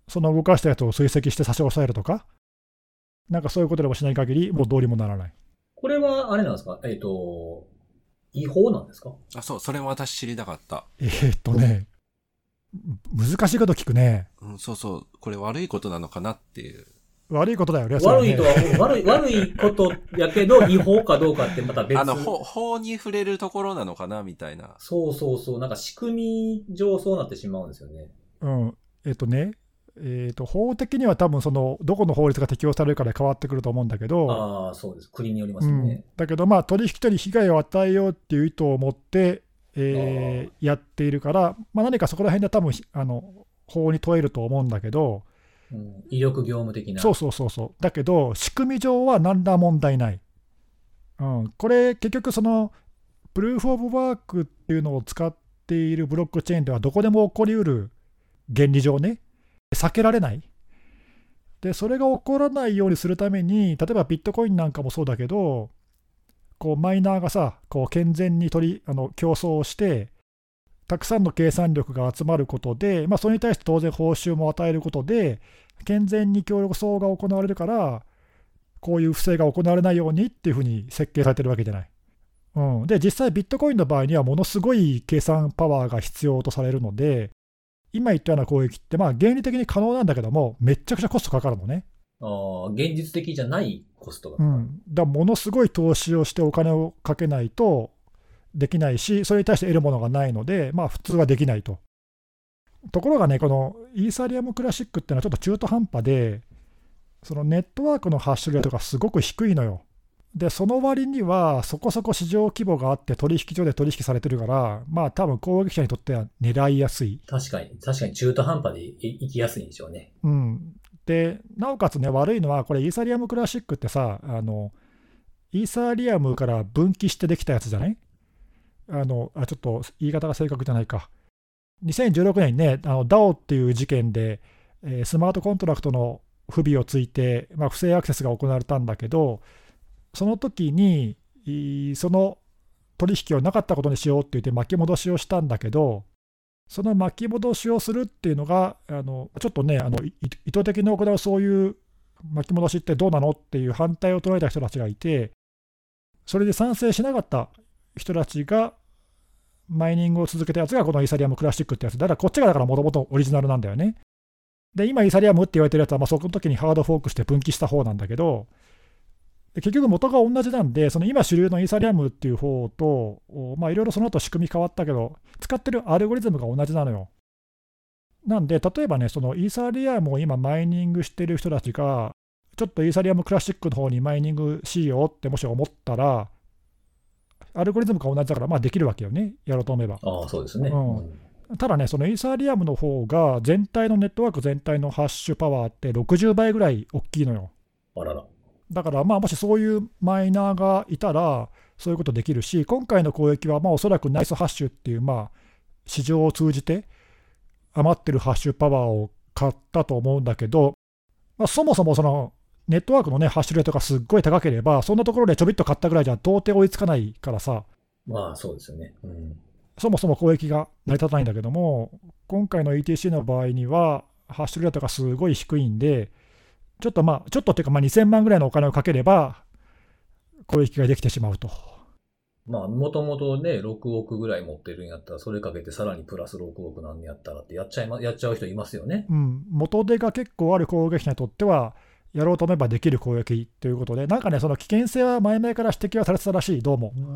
その動かしたやつを追跡して差し押さえるとか、なんかそういうことでもしない限り、もうどうにもならない。 これは、あれなんですか？えっと、違法なんですか？ あ、そう、それも私知りたかった。 えー、っとね、難しいこと聞くね。 うん、そうそう、これ悪いことなのかなっていう。 悪いことだよね。 悪いとは、悪い、悪いことやけど、違法かどうかってまた別。 あの、法、法に触れるところなのかなみたいな。 そうそうそう。なんか仕組み上そうなってしまうんですよね。 うん。えっとね、えっと、法的には多分その、どこの法律が適用されるかで変わってくると思うんだけど、 ああ、そうです。国によりますね。うん、 だけど、まあ、取引所に被害を与えようっていう意図を持って、えー、やっているから、まあ、何かそこら辺で多分あの法に問えると思うんだけど、 うん、威力業務的な。 そうそうそうそう。だけど、仕組み上は何ら問題ない。うん、これ、結局、その、プルーフ・オブ・ワークっていうのを使っているブロックチェーンでは、どこでも起こりうる原理上ね、避けられない。で、それが起こらないようにするために、例えばビットコインなんかもそうだけど、こうマイナーがさ、こう健全に取りあの競争をして、たくさんの計算力が集まることで、まあ、それに対して当然報酬も与えることで、健全に競争が行われるから、こういう不正が行われないようにっていうふうに設計されてるわけじゃない。うん、で、実際ビットコインの場合にはものすごい計算パワーが必要とされるので、今言ったような攻撃って、まあ原理的に可能なんだけども、めっちゃくちゃコストかかるのね。 ああ、現実的じゃないコストがかかかる。うん、だからものすごい投資をしてお金をかけないとできないし、それに対して得るものがないので、まあ普通はできないと。ところがね、このイーサリアムクラシックっていうのはちょっと中途半端で、そのネットワークのハッシュレートがすごく低いのよ。で、その割にはそこそこ市場規模があって取引所で取引されてるから、まあ多分攻撃者にとっては狙いやすい。 確かに、確かに中途半端でいきやすいんでしょうね。 うん。で、なおかつね、悪いのは、これイーサリアムクラシックってさ、あの、イーサリアムから分岐してできたやつじゃない？あの、あ、ちょっと言い方が正確じゃないか。にせんじゅうろくねんにね、あの ダオ っていう事件で、えー、スマートコントラクトの不備をついて、まあ、不正アクセスが行われたんだけど、その時に、その取引をなかったことにしようって言って巻き戻しをしたんだけど、その巻き戻しをするっていうのが、あのちょっとね、あの意図的に行うそういう巻き戻しってどうなのっていう反対を唱えた人たちがいて、それで賛成しなかった人たちがマイニングを続けたやつがこのイーサリアムクラシックってやつだから、こっちがだからもともとオリジナルなんだよね。で、今イーサリアムって言われてるやつは、まあ、その時にハードフォークして分岐した方なんだけど、結局元が同じなんで、その今主流のイーサリアムっていう方と、まあいろいろその後仕組み変わったけど、使ってるアルゴリズムが同じなのよ。なんで、例えばね、そのイーサリアムを今マイニングしてる人たちが、ちょっとイーサリアムクラシックの方にマイニングしようってもし思ったら、アルゴリズムが同じだから、まあできるわけよね、やろうと思えば。 ああ、そうですね。 うん、ただね、そのイーサリアムの方が全体のネットワーク全体のハッシュパワーってろくじゅうばいぐらい大きいのよ。 あらら。 だからまあもしそういうマイナーがいたらそういうことできるし、今回の攻撃はまあおそらくナイスハッシュっていうまあ市場を通じて余ってるハッシュパワーを買ったと思うんだけど、まあ、そもそもそのネットワークのねハッシュレートがすっごい高ければ、そんなところでちょびっと買ったぐらいじゃ到底追いつかないからさ、 まあそうですよね、うん、 そもそも攻撃が成り立たないんだけども、今回の イーティーシー の場合にはハッシュレートがすごい低いんで、ちょっとまあ、ちょっとっていうか、まあにせんまんぐらいのお金をかければ、攻撃ができてしまうと。 まあ、もともとね、ろくおくぐらい持ってるんやったら、それかけてさらにプラスろくおくなんやったらってやっちゃいま、やっちゃう人いますよね。 うん、元手が結構ある攻撃者にとっては、やろうと思えばできる攻撃ということで、なんかね、その危険性は前々から指摘はされてたらしい、どうも。うん、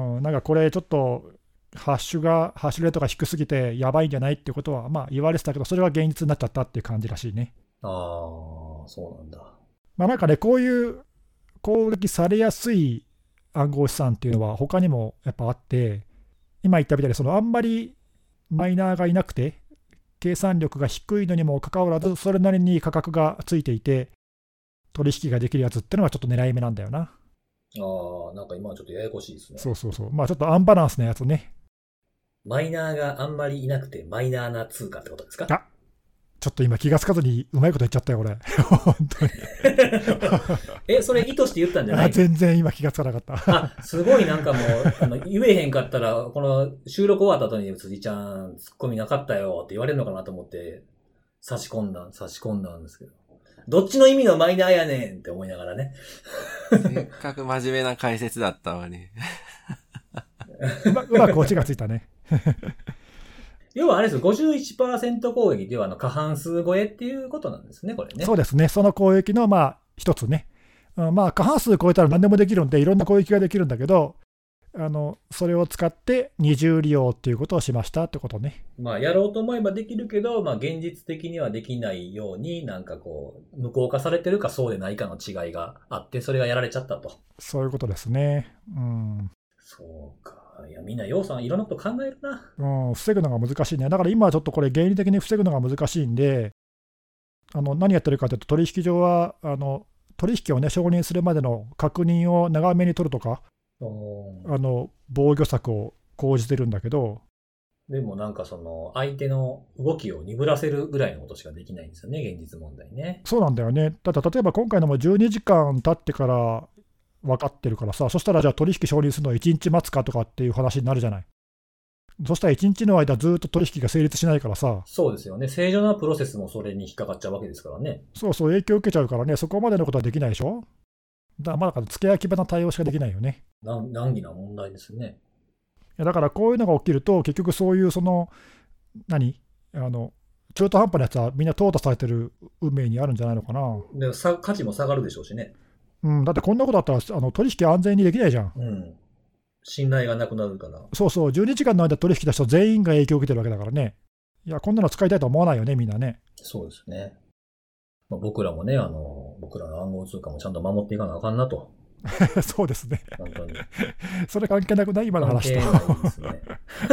うん、なんかこれ、ちょっと、ハッシュが、ハッシュレートが低すぎてやばいんじゃないっていうことは、まあ言われてたけど、それは現実になっちゃったっていう感じらしいね。 ああ、そうなんだ。 まあなんかね、こういう攻撃されやすい暗号資産っていうのは他にもやっぱあって、今言ったみたいにそのあんまりマイナーがいなくて計算力が低いのにもかかわらず、それなりに価格がついていて取引ができるやつっていうのはちょっと狙い目なんだよな。 ああ、なんか今はちょっとややこしいですね。 そうそうそう。まあちょっとアンバランスなやつね。 マイナーがあんまりいなくてマイナーな通貨ってことですか？ あ、ちょっと今気がつかずにうまいこと言っちゃったよ、俺。本当に。 え、それ意図して言ったんじゃない？ あ、全然今気がつかなかった。 あ、すごいなんかもう、あの言えへんかったら、この収録終わった後に辻ちゃんツッコミなかったよって言われるのかなと思って、 差し込んだ、差し込んだんですけど。どっちの意味のマイナーやねんって思いながらね。 せっかく真面目な解説だったのに。 うまうまくオチがついたね。 要はあれですよ、ごじゅういちパーセント 攻撃ではあの過半数超えっていうことなんですね、これね。 そうですね。その攻撃のまあ一つね。うん、まあ過半数超えたら何でもできるんでいろんな攻撃ができるんだけど、あのそれを使って二重利用っていうことをしましたってことね。 まあやろうと思えばできるけど、まあ現実的にはできないようになんかこう無効化されてるかそうでないかの違いがあって、それがやられちゃったと。 そういうことですね。うん。 そうか。いやみんなようさんいろんなこと考えるな。 うん、防ぐのが難しいね。だから今はちょっとこれ原理的に防ぐのが難しいんで、あの何やってるかというと取引所はあの取引をね承認するまでの確認を長めに取るとか、あの防御策を講じてるんだけど、 でもなんかその相手の動きを鈍らせるぐらいのことしかできないんですよね、現実問題ね。 そうなんだよね。だって例えば今回のもじゅうにじかん経ってから分かってるからさ、そしたらじゃあ取引承認するのをいちにち待つかとかっていう話になるじゃない。そしたらいちにちの間ずっと取引が成立しないからさ。 そうですよね。正常なプロセスもそれに引っかかっちゃうわけですからね。 そうそう、影響を受けちゃうからね、そこまでのことはできないでしょ。だからまだ付け焼き場な対応しかできないよね。 難儀な問題ですね。 いやだからこういうのが起きると、結局そういうその、何あの、中途半端なやつはみんな淘汰されてる運命にあるんじゃないのかな。 でさ価値も下がるでしょうしね。 うん、だってこんなことあったらあの取引安全にできないじゃん。 うん。信頼がなくなるから。 そうそう、じゅうにじかんの間取引した人全員が影響を受けてるわけだからね。いや、こんなの使いたいとは思わないよね、みんなね。 そうですね。まあ、僕らもね、あの、僕らの暗号通貨もちゃんと守っていかなあかんなと。 そうですね。 本当に。 それ関係なくない今の話と。 関係ないですね。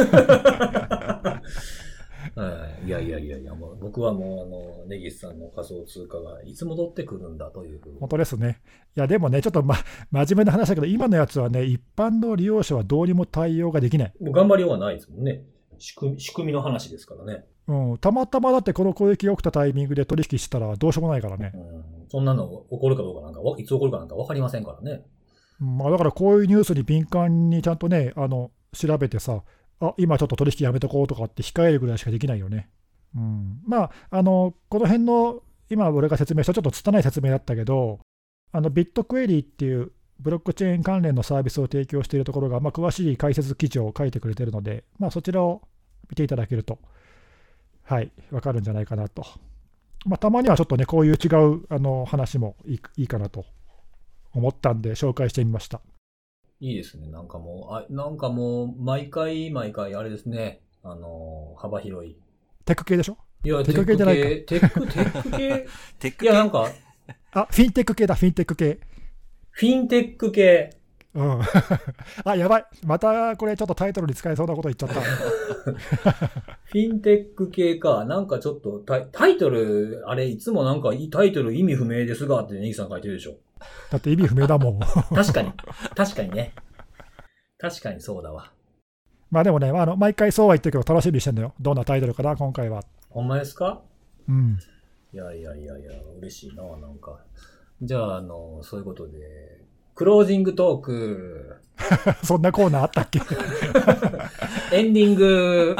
はい、いやいやいやいや、もう僕はもう、あの、根岸さんの仮想通貨がいつ戻ってくるんだという。 本当ですね。いや、でもね、ちょっと、ま、真面目な話だけど、今のやつはね、一般の利用者はどうにも対応ができない。 もう頑張りようがないですもんね。仕組み、仕組みの話ですからね。 うん、たまたまだってこの攻撃が起きたタイミングで取引したらどうしようもないからね。 うん、そんなの起こるかどうかなんか、いつ起こるかなんか分かりませんからね。 まあ、だからこういうニュースに敏感にちゃんとね、あの調べてさ、あ、今ちょっと取引やめとこうとかって控えるぐらいしかできないよね。うん、まあ、あのこの辺の今俺が説明したちょっと拙い説明だったけど、あのビットクエリーっていうブロックチェーン関連のサービスを提供しているところが、まあ、詳しい解説記事を書いてくれているので、まあ、そちらを見ていただけると、はい、分かるんじゃないかなと。まあ、たまにはちょっとね、こういう違うあの話もいい、いいかなと思ったんで、紹介してみました。 いいですね。なんかもう、あ、なんかもう、毎回毎回、あれですね、あの、幅広い。 テック系でしょ？ いや、 テック系じゃないか。 テック、テック系テック系いや、なんか、 あ、フィンテック系だ、フィンテック系。 フィンテック系。 うん。あ、やばい。またこれちょっとタイトルに使えそうなこと言っちゃった。 フィンテック系か。なんかちょっとタイ、タイトル、あれ、いつもなんかタイトル意味不明ですがってネギさん書いてるでしょ。 だって意味不明だもん。 確かに。確かにね。確かにそうだわ。 まあでもね、あの毎回そうは言ってるけど楽しみにしてんのよ。どんなタイトルかな、今回は。 ほんまですか？ うん。 いやいやいやいや、嬉しいな、なんか。じゃあ、あの、そういうことで、クロージングトーク。 そんなコーナーあったっけ？ エンディング。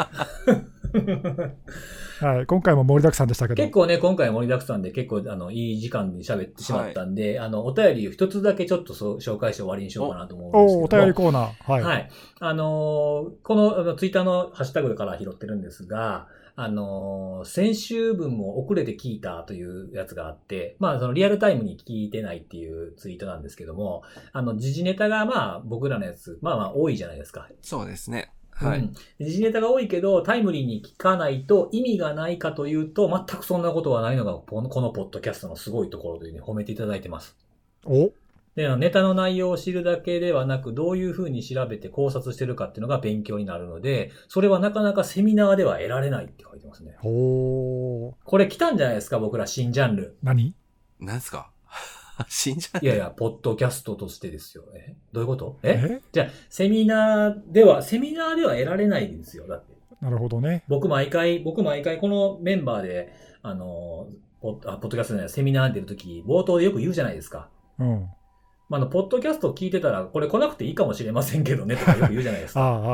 はい、今回も盛りだくさんでしたけど。 結構ね、今回盛りだくさんで結構あのいい時間に喋ってしまったんで、はい、あのお便り一つだけちょっとそう紹介して終わりにしようかなと思うんですけども。 お、お便りコーナー。はい。 はい。あのー、このあのツイッターのハッシュタグから拾ってるんですが、あのー、先週分も遅れて聞いたというやつがあって、まあそのリアルタイムに聞いてないっていうツイートなんですけども、あの時事ネタがまあ僕らのやつ、まあまあ多いじゃないですか。 そうですね。はい。うん、 時事ネタが多いけど、タイムリーに聞かないと意味がないかというと、全くそんなことはないのが、このポッドキャストのすごいところというふうに褒めていただいてます。 おで、ネタの内容を知るだけではなく、どういうふうに調べて考察してるかっていうのが勉強になるので、それはなかなかセミナーでは得られないって書いてますね。 おこれ来たんじゃないですか、僕ら新ジャンル。 何？ 何すか？新ジャンル？ いやいや、ポッドキャストとしてですよ。えどういうことえじゃあ、セミナーでは、セミナーでは得られないんですよ。だって。 なるほどね。 僕毎回、僕毎回このメンバーで、あの、ポッ、あポッドキャストのセミナー出るとき、冒頭でよく言うじゃないですか。 うん。 まあ、あの、ポッドキャスト聞いてたら、これ来なくていいかもしれませんけどね、とかよく言うじゃないですか。 ああ、ああ。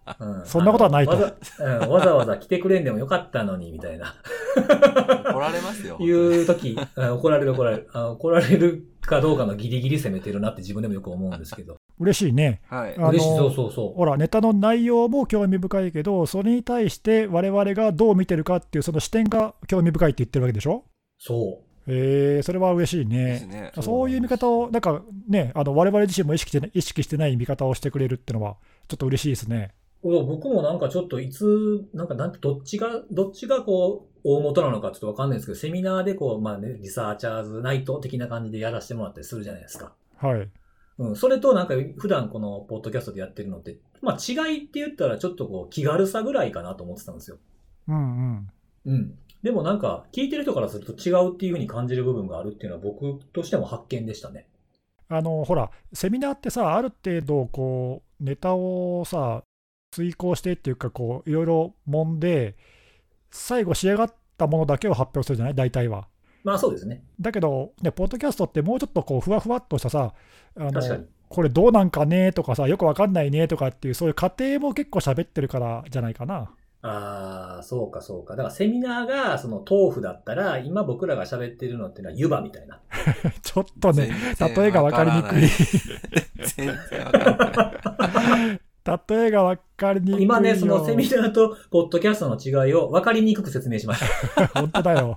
うん、 そんなことはないと。 わざ、うん、わざわざ来てくれんでもよかったのに、みたいな。 怒られますよ。 いう時、怒られる怒られるあ。怒られるかどうかのギリギリ攻めてるなって自分でもよく思うんですけど。 嬉しいね。 はい。 嬉しい、そうそうそう。 ほら、ネタの内容も興味深いけど、それに対して我々がどう見てるかっていうその視点が興味深いって言ってるわけでしょ。 そう。 えー、それは嬉しいね。ね、そういう見方を、なんかね、あの我々自身も意識して、意識してない見方をしてくれるっていうのは、ちょっと嬉しいですね。 僕もなんかちょっといつ、なんかなんて、どっちが、どっちがこう、大元なのかちょっとわかんないですけど、セミナーでこう、まあね、リサーチャーズナイト的な感じでやらせてもらったりするじゃないですか。 はい。 うん、それとなんか普段このポッドキャストでやってるのって、まあ違いって言ったらちょっとこう、気軽さぐらいかなと思ってたんですよ。 うんうん。 うん。でもなんか、聞いてる人からすると違うっていう風に感じる部分があるっていうのは僕としても発見でしたね。 あの、ほら、セミナーってさ、ある程度、こう、ネタをさ、遂行してっていうか、こう、いろいろ揉んで、最後仕上がったものだけを発表するじゃない、大体は。 まあそうですね。 だけど、ね、ポッドキャストってもうちょっとこう、ふわふわっとしたさ、あの、 確かに。 これどうなんかねとかさ、よくわかんないねとかっていう、そういう過程も結構喋ってるからじゃないかな。 ああ、そうかそうか。だからセミナーがその豆腐だったら、今僕らが喋ってるのっていうのは湯葉みたいな。 ちょっとね、例えが分かりにくい。 全然分からない。 例えが分かりにくいよ。 今ね、そのセミナーとポッドキャストの違いを分かりにくく説明しました。 本当だよ。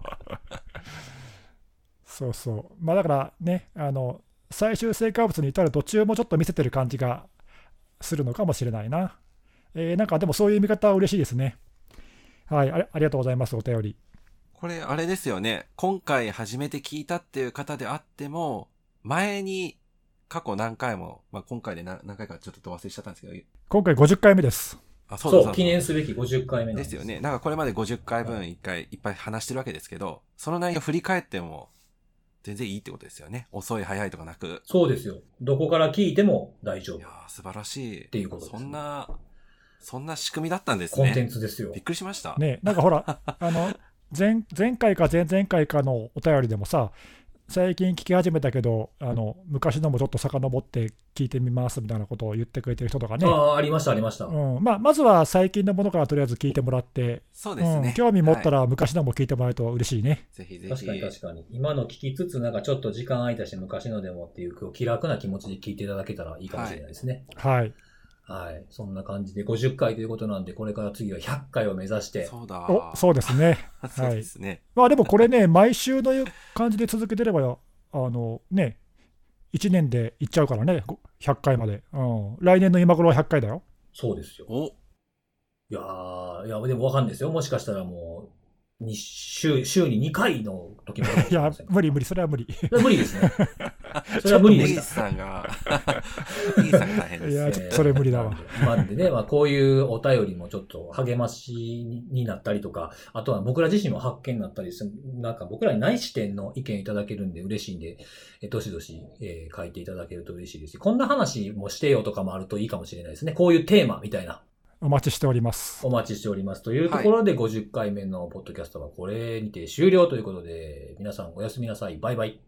そうそう。まあだからね、あの、最終成果物に至る途中もちょっと見せてる感じがするのかもしれないな。えー、なんかでもそういう見方は嬉しいですね。はい、あり、ありがとうございます、お便り。 これ、あれですよね。今回初めて聞いたっていう方であっても、前に過去何回も、まあ、今回で 何, 何回かちょっと忘れしちゃったんですけど。 今回ごじゅっかいめです。 あ、そうだそう、記念すべきごじゅっかいめなんです。 ですよね。なんかこれまでごじゅっかいぶんいっかいいっぱい話してるわけですけど、その内容を振り返っても、全然いいってことですよね。遅い早いとかなく。 そうですよ。どこから聞いても大丈夫。いやー素晴らしい。 っていうことです、ね。 そんな、そんな仕組みだったんですね。 コンテンツですよ。 びっくりしました。 ね、なんかほら、あの、前、前回か前々回かのお便りでもさ、最近聞き始めたけど、あの昔のもちょっと遡って聞いてみますみたいなことを言ってくれてる人とかね。 ああ、ありましたありました。 うん、まあ、まずは最近のものからとりあえず聞いてもらって、 そうですね。 うん、興味持ったら昔のも聞いてもらえると嬉しいね。 はい、ぜひぜひ。 確かに確かに。今の聞きつつ、なんかちょっと時間空いたし昔のでもっていう気楽な気持ちで聞いていただけたらいいかもしれないですね。 はい。 はい。そんな感じでごじゅっかいということなんで、これから次はひゃっかいを目指して。 そうだ。 お、そうですね。 そうですね。 まあでもこれね、毎週の感じで続けてればよ。あのね、いちねんでいっちゃうからね、ひゃっかいまで。うん、来年の今頃はひゃっかいだよ。 そうですよ。 おいやー、いや、でもわかんないですよ。もしかしたらもう、に週、週ににかいの時もあるかもしれません。 いや、無理無理、それは無理。 無理ですね。それは無理でした。 ネギさんが、ネギさんが大変です。 いや、ちょっとそれ無理だわ。 まあでね、まあこういうお便りもちょっと励ましになったりとか、あとは僕ら自身も発見になったりする、なんか僕らにない視点の意見いただけるんで嬉しいんで、えどしどし、えー、書いていただけると嬉しいですし、こんな話もしてよとかもあるといいかもしれないですね。こういうテーマみたいな。 お待ちしております。 お待ちしております。というところでごじゅっかいめのポッドキャストはこれにて終了ということで、皆さんおやすみなさい。バイバイ。